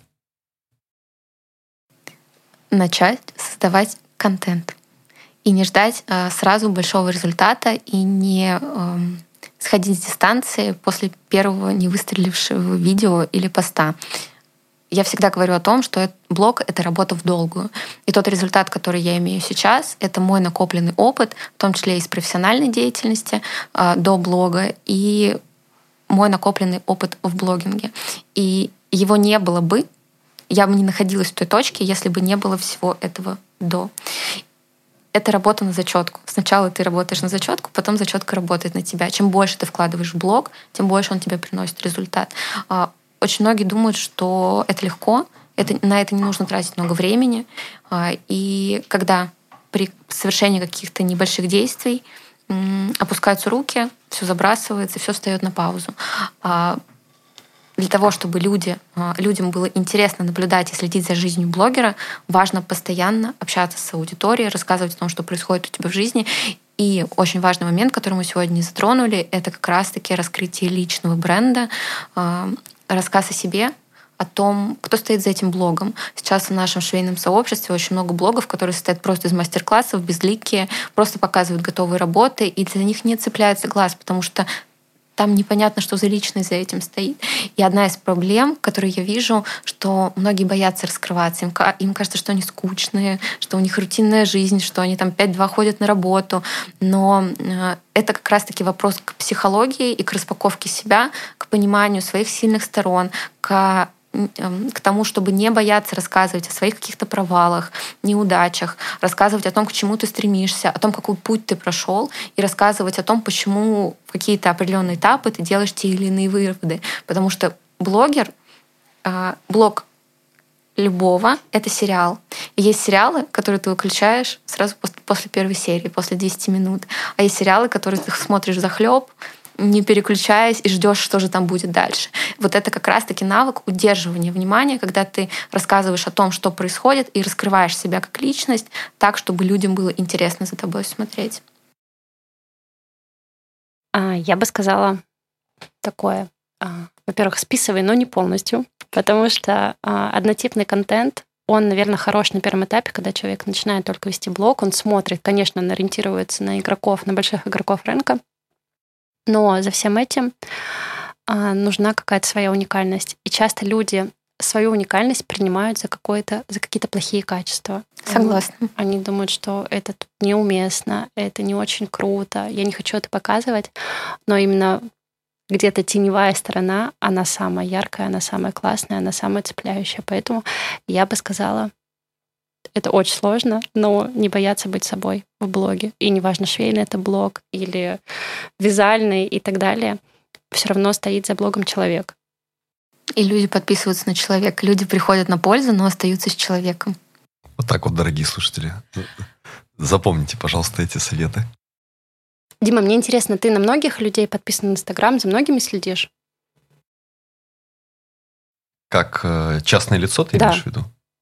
Начать создавать контент. И не ждать сразу большого результата, и не сходить с дистанции после первого не выстрелившего видео или поста. Я всегда говорю о том, что блог — это работа в долгую. И тот результат, который я имею сейчас, это мой накопленный опыт, в том числе из профессиональной деятельности до блога, и мой накопленный опыт в блогинге. И его не было бы, я бы не находилась в той точке, если бы не было всего этого до. Это работа на зачетку. Сначала ты работаешь на зачетку, потом зачетка работает на тебя. Чем больше ты вкладываешь в блог, тем больше он тебе приносит результат. Очень многие думают, что это легко, на это не нужно тратить много времени. И когда при совершении каких-то небольших действий опускаются руки, все забрасывается, все встает на паузу. Для того, чтобы людям было интересно наблюдать и следить за жизнью блогера, важно постоянно общаться с аудиторией, рассказывать о том, что происходит у тебя в жизни. И очень важный момент, который мы сегодня не затронули, это как раз-таки раскрытие личного бренда, рассказ о себе, о том, кто стоит за этим блогом. Сейчас в нашем швейном сообществе очень много блогов, которые состоят просто из мастер-классов, безликие, просто показывают готовые работы, и для них не цепляется глаз, потому что там непонятно, что за личность за этим стоит. И одна из проблем, которую я вижу, что многие боятся раскрываться. Им кажется, что они скучные, что у них рутинная жизнь, что они там 5-2 ходят на работу. Но это как раз-таки вопрос к психологии и к распаковке себя, к пониманию своих сильных сторон, к тому, чтобы не бояться рассказывать о своих каких-то провалах, неудачах, рассказывать о том, к чему ты стремишься, о том, какой путь ты прошел, и рассказывать о том, почему в какие-то определенные этапы ты делаешь те или иные выводы. Потому что блог любого — это сериал. И есть сериалы, которые ты выключаешь сразу после первой серии, после 10 минут. А есть сериалы, которые ты смотришь захлеб, не переключаясь, и ждешь, что же там будет дальше. Вот это как раз-таки навык удерживания внимания, когда ты рассказываешь о том, что происходит, и раскрываешь себя как личность так, чтобы людям было интересно за тобой смотреть. Я бы сказала такое. Во-первых, списывай, но не полностью, потому что однотипный контент, он, наверное, хорош на первом этапе, когда человек начинает только вести блог, он смотрит, конечно, он ориентируется на игроков, на больших игроков рынка, но за всем этим нужна какая-то своя уникальность. И часто люди свою уникальность принимают за какие-то плохие качества. Согласна. Они думают, что это тут неуместно, это не очень круто, я не хочу это показывать, но именно где-то теневая сторона, она самая яркая, она самая классная, она самая цепляющая. Поэтому я бы сказала, это очень сложно, но не бояться быть собой в блоге. И неважно, швейный это блог или вязальный и так далее, все равно стоит за блогом человек. И люди подписываются на человека. Люди приходят на пользу, но остаются с человеком. Вот так вот, дорогие слушатели. Запомните, пожалуйста, эти советы. Дима, мне интересно, ты на многих людей подписан на Инстаграм, за многими следишь? Как частное лицо ты имеешь в виду?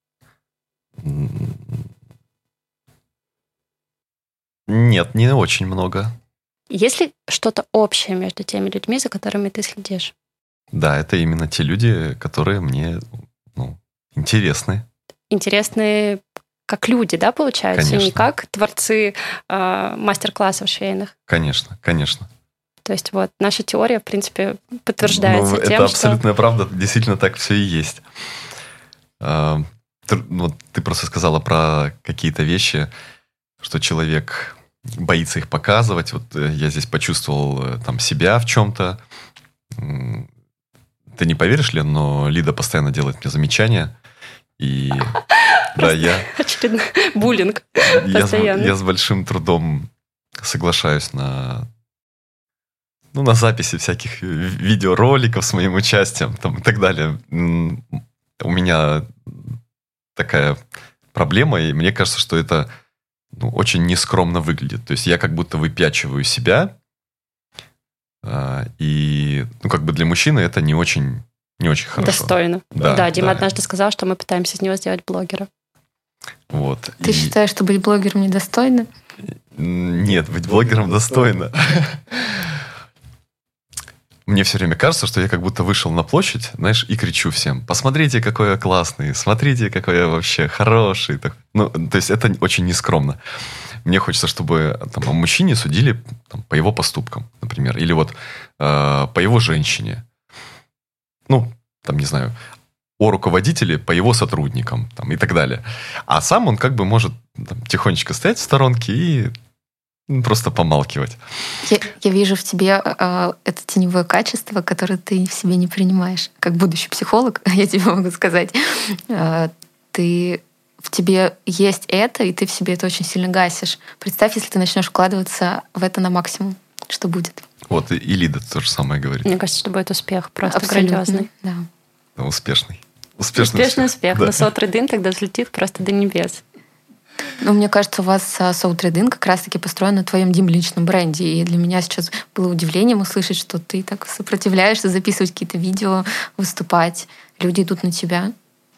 Нет, не очень много. Есть ли что-то общее между теми людьми, за которыми ты следишь? Да, это именно те люди, которые мне интересны. Интересны как люди, да, получается? Конечно. Не как творцы мастер-классов швейных? Конечно, конечно. То есть вот наша теория, в принципе, подтверждается тем, это абсолютная правда, действительно так все и есть. Ты просто сказала про какие-то вещи, что человек боится их показывать. Вот я здесь почувствовал там себя в чем-то. Ты не поверишь, Лен, но Лида постоянно делает мне замечания. И да, очередной буллинг постоянно. Я с большим трудом соглашаюсь на записи всяких видеороликов с моим участием там, и так далее. У меня такая проблема, и мне кажется, что это очень нескромно выглядит. То есть я как будто выпячиваю себя, и для мужчины это не очень хорошо. Достойно. Да, Дима однажды сказал, что мы пытаемся из него сделать блогера. Вот. Ты считаешь, что быть блогером недостойно? Нет, быть блогером достойно. Мне все время кажется, что я как будто вышел на площадь, знаешь, и кричу всем: посмотрите, какой я классный, смотрите, какой я вообще хороший. То есть это очень нескромно. мне хочется, чтобы там, о мужчине судили там, по его поступкам, например, или вот по его женщине. Ну, там, не знаю, о руководителе по его сотрудникам там, и так далее. А сам он как бы может там, тихонечко стоять в сторонке и просто помалкивать. Я вижу в тебе это теневое качество, которое ты в себе не принимаешь. Как будущий психолог, я тебе могу сказать, в тебе есть это, и ты в себе это очень сильно гасишь. Представь, если ты начнешь вкладываться в это на максимум, что будет. Вот и Лида то же самое говорит. Мне кажется, что будет успех просто Абсолютно, грандиозный. Да. Успешный. Успешный успех. Да. Но Соутрейдин тогда взлетит просто до небес. Ну, мне кажется, у вас Соутрейдин как раз-таки построен на твоем личном бренде. И для меня сейчас было удивлением услышать, что ты так сопротивляешься записывать какие-то видео, выступать. Люди идут на тебя.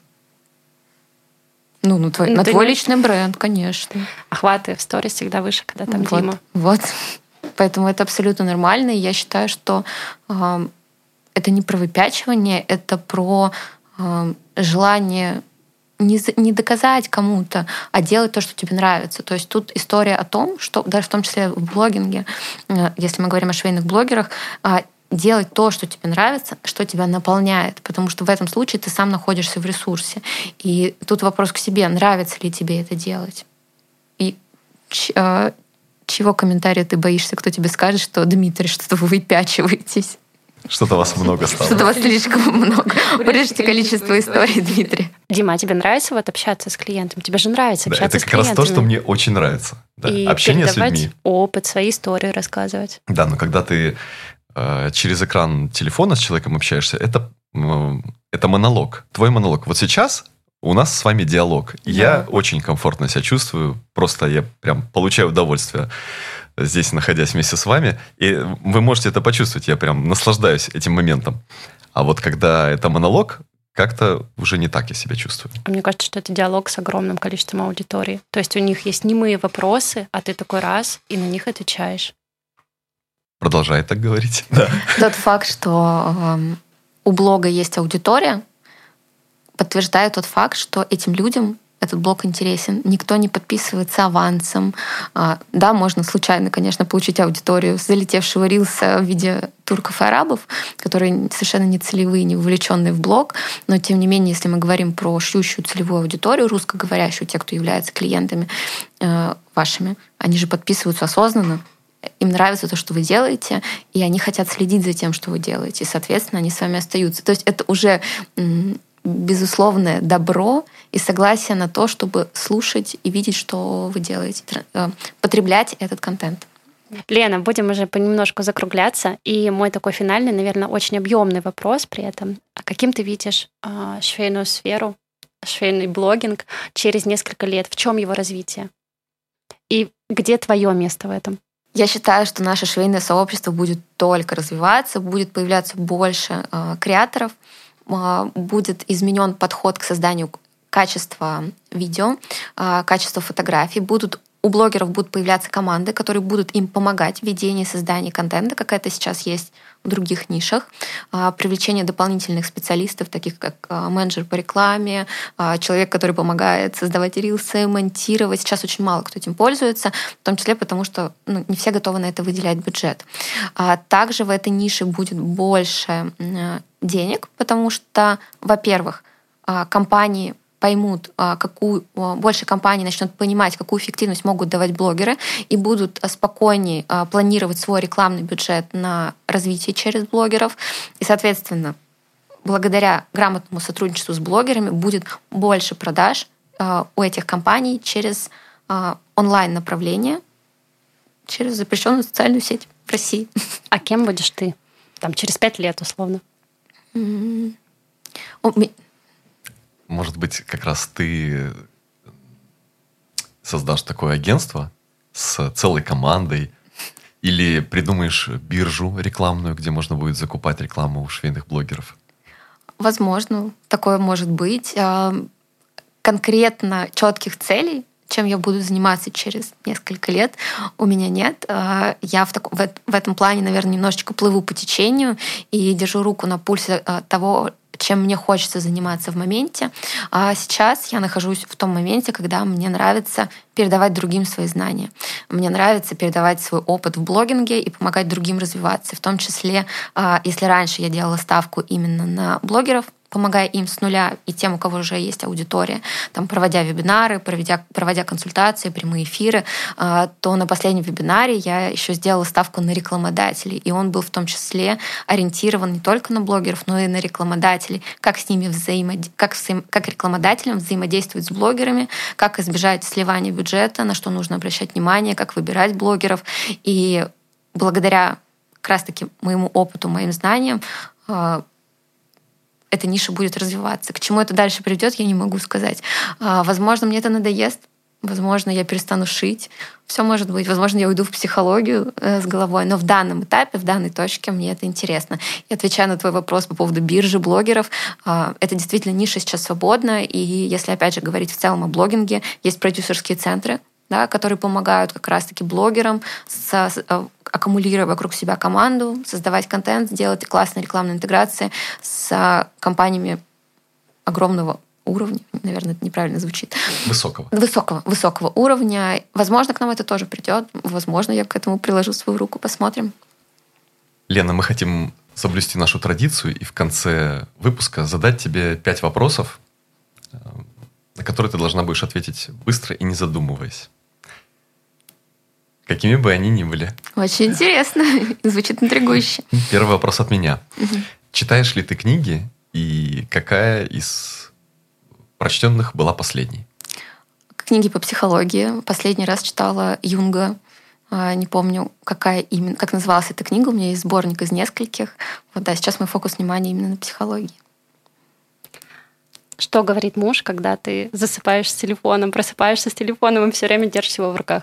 Ну, на твой личный бренд, конечно. Охваты в сторис всегда выше, когда там вот, Дима. Вот. Поэтому это абсолютно нормально. И я считаю, что это не про выпячивание, это про желание не доказать кому-то, а делать то, что тебе нравится. То есть тут история о том, что даже в том числе в блогинге, если мы говорим о швейных блогерах, делать то, что тебе нравится, что тебя наполняет, потому что в этом случае ты сам находишься в ресурсе. И тут вопрос к себе, нравится ли тебе это делать. И чего комментария ты боишься, кто тебе скажет, что Дмитрий, что-то вы выпячиваетесь? Что-то вас много стало. Что-то вас слишком много. Урежьте количество историй, Дмитрий. Дима, а тебе нравится вот общаться с клиентом? Тебе же нравится общаться с клиентами. Это как раз то, что мне очень нравится. Да. И общение с людьми. Опыт, свои истории рассказывать. Да, но когда ты через экран телефона с человеком общаешься, это монолог. Твой монолог. Вот сейчас у нас с вами диалог. Да. Я очень комфортно себя чувствую. Просто я прям получаю удовольствие здесь, находясь вместе с вами. И вы можете это почувствовать. Я прям наслаждаюсь этим моментом. А вот когда это монолог, как-то уже не так я себя чувствую. Мне кажется, что это диалог с огромным количеством аудитории. То есть у них есть немые вопросы, а ты такой раз, и на них отвечаешь. Продолжай так говорить. Да. Тот факт, что у блога есть аудитория, подтверждает тот факт, что этим людям этот блог интересен. Никто не подписывается авансом. Да, можно случайно, конечно, получить аудиторию с залетевшего рилса в виде турков и арабов, которые совершенно не целевые, не вовлеченные в блог. Но, тем не менее, если мы говорим про шьющую целевую аудиторию, русскоговорящую, те, кто являются клиентами вашими, они же подписываются осознанно. Им нравится то, что вы делаете, и они хотят следить за тем, что вы делаете. И, соответственно, они с вами остаются. То есть это уже безусловное добро и согласие на то, чтобы слушать и видеть, что вы делаете, потреблять этот контент. Лена, будем уже понемножку закругляться. И мой такой финальный, наверное, очень объемный вопрос при этом. А каким ты видишь швейную сферу, швейный блогинг через несколько лет? В чем его развитие? И где твое место в этом? Я считаю, что наше швейное сообщество будет только развиваться, будет появляться больше креаторов, будет изменен подход к созданию качества видео, качества фотографий. У блогеров будут появляться команды, которые будут им помогать в ведении и создании контента, как это сейчас есть в других нишах. Привлечение дополнительных специалистов, таких как менеджер по рекламе, человек, который помогает создавать рилсы, монтировать. Сейчас очень мало кто этим пользуется, в том числе потому, что не все готовы на это выделять бюджет. Также в этой нише будет больше денег, потому что, во-первых, компании поймут, больше компаний начнут понимать, какую эффективность могут давать блогеры, и будут спокойнее планировать свой рекламный бюджет на развитие через блогеров. И, соответственно, благодаря грамотному сотрудничеству с блогерами будет больше продаж у этих компаний через онлайн-направление, через запрещенную социальную сеть в России. А кем будешь ты? Там через 5 лет, условно. Может быть, как раз ты создашь такое агентство с целой командой или придумаешь биржу рекламную, где можно будет закупать рекламу у швейных блогеров? Возможно, такое может быть. Конкретно четких целей, чем я буду заниматься через несколько лет, у меня нет. Я в этом плане, наверное, немножечко плыву по течению и держу руку на пульсе того, чем мне хочется заниматься в моменте. А сейчас я нахожусь в том моменте, когда мне нравится передавать другим свои знания. Мне нравится передавать свой опыт в блогинге и помогать другим развиваться. В том числе, если раньше я делала ставку именно на блогеров, помогая им с нуля и тем, у кого уже есть аудитория, там, проводя вебинары, проводя консультации, прямые эфиры, то на последнем вебинаре я еще сделала ставку на рекламодателей. И он был в том числе ориентирован не только на блогеров, но и на рекламодателей. Как с ними как рекламодателям взаимодействовать с блогерами, как избежать сливания бюджета, на что нужно обращать внимание, как выбирать блогеров. И благодаря как раз-таки моему опыту, моим знаниям, эта ниша будет развиваться. К чему это дальше придет, я не могу сказать. Возможно, мне это надоест. Возможно, я перестану шить. Все может быть. Возможно, я уйду в психологию с головой. Но в данном этапе, в данной точке мне это интересно. И отвечая на твой вопрос по поводу биржи блогеров, это действительно ниша сейчас свободна. И если, опять же, говорить в целом о блогинге, есть продюсерские центры, да, которые помогают как раз-таки блогерам аккумулировать вокруг себя команду, создавать контент, делать классные рекламные интеграции с компаниями огромного уровня. Наверное, это неправильно звучит. Высокого уровня. Возможно, к нам это тоже придет. Возможно, я к этому приложу свою руку. Посмотрим. Лена, мы хотим соблюсти нашу традицию и в конце выпуска задать тебе 5 вопросов, на которые ты должна будешь ответить быстро и не задумываясь. Какими бы они ни были. Очень интересно. Звучит интригующе. Первый вопрос от меня. Читаешь ли ты книги и какая из прочтенных была последней? Книги по психологии. Последний раз читала Юнга. Не помню, как называлась эта книга. У меня есть сборник из нескольких. Вот да, сейчас мой фокус внимания именно на психологии. Что говорит муж, когда ты засыпаешь с телефоном, просыпаешься с телефоном и все время держишь его в руках?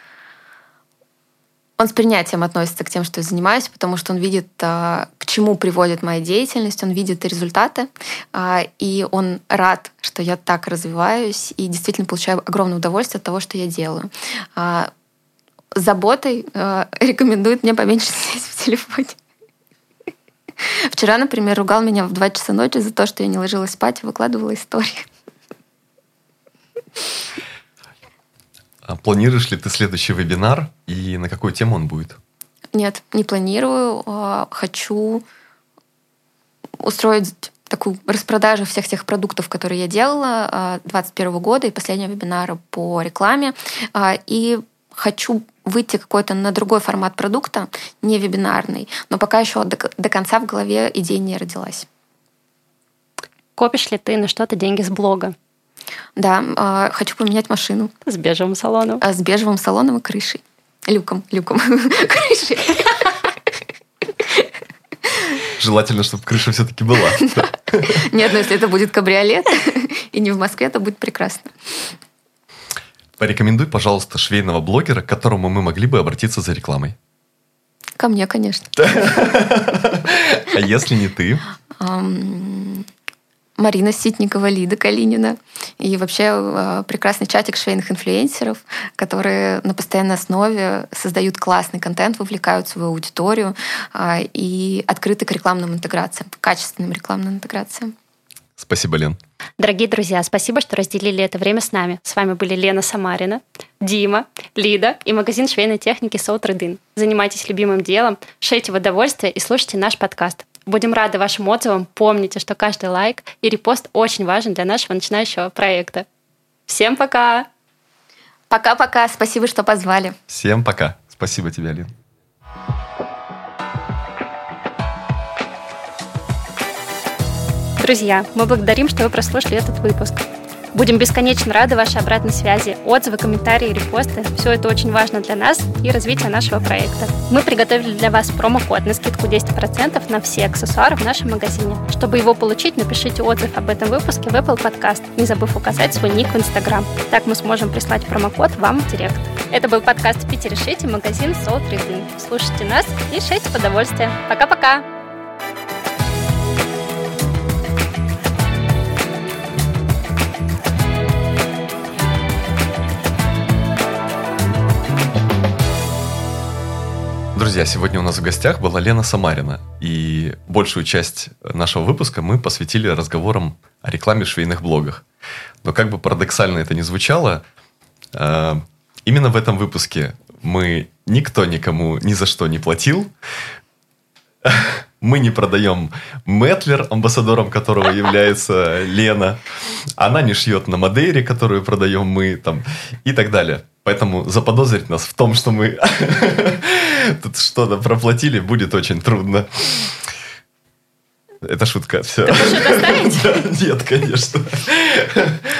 Он с принятием относится к тем, что я занимаюсь, потому что он видит, к чему приводит моя деятельность, он видит результаты, и он рад, что я так развиваюсь и действительно получаю огромное удовольствие от того, что я делаю. С заботой рекомендует мне поменьше сидеть в телефоне. Вчера, например, ругал меня в 2 часа ночи за то, что я не ложилась спать и выкладывала истории. Планируешь ли ты следующий вебинар и на какую тему он будет? Нет, не планирую. Хочу устроить такую распродажу всех тех продуктов, которые я делала 2021 года и последнего вебинара по рекламе. И хочу выйти какой-то на другой формат продукта, не вебинарный, но пока еще до конца в голове идея не родилась. Копишь ли ты на что-то деньги с блога? Да, хочу поменять машину. С бежевым салоном. С бежевым салоном и крышей. Люком. Крышей. Желательно, чтобы крыша все-таки была. Нет, но если это будет кабриолет и не в Москве, то будет прекрасно. Порекомендуй, пожалуйста, швейного блогера, к которому мы могли бы обратиться за рекламой. Ко мне, конечно. А если не ты? Марина Ситникова, Лида Калинина. И вообще прекрасный чатик швейных инфлюенсеров, которые на постоянной основе создают классный контент, вовлекают свою аудиторию и открыты к рекламным интеграциям, качественным рекламным интеграциям. Спасибо, Лен. Дорогие друзья, спасибо, что разделили это время с нами. С вами были Лена Самарина, Дима, Лида и магазин швейной техники Соутридин. Занимайтесь любимым делом, шейте в удовольствие и слушайте наш подкаст. Будем рады вашим отзывам. Помните, что каждый лайк и репост очень важен для нашего начинающего проекта. Всем пока! Пока-пока. Спасибо, что позвали. Всем пока. Спасибо тебе, Лен. Друзья, мы благодарим, что вы прослушали этот выпуск. Будем бесконечно рады вашей обратной связи. Отзывы, комментарии, репосты – все это очень важно для нас и развития нашего проекта. Мы приготовили для вас промокод на скидку 10% на все аксессуары в нашем магазине. Чтобы его получить, напишите отзыв об этом выпуске в Apple Podcast, не забыв указать свой ник в Instagram. Так мы сможем прислать промокод вам в директ. Это был подкаст «В Питере шить» и магазин Соутридин. Слушайте нас и шейте в удовольствие. Пока-пока! Друзья, сегодня у нас в гостях была Лена Самарина, и большую часть нашего выпуска мы посвятили разговорам о рекламе в швейных блогах. Но как бы парадоксально это ни звучало, именно в этом выпуске никто никому ни за что не платил. Мы не продаем Мэтлер, амбассадором которого является Лена. Она не шьет на Мадейре, которую продаем мы, и так далее. Поэтому заподозрить нас в том, что мы тут что-то проплатили, будет очень трудно. Это шутка. Все. Ты хочешь это оставить? Нет, конечно.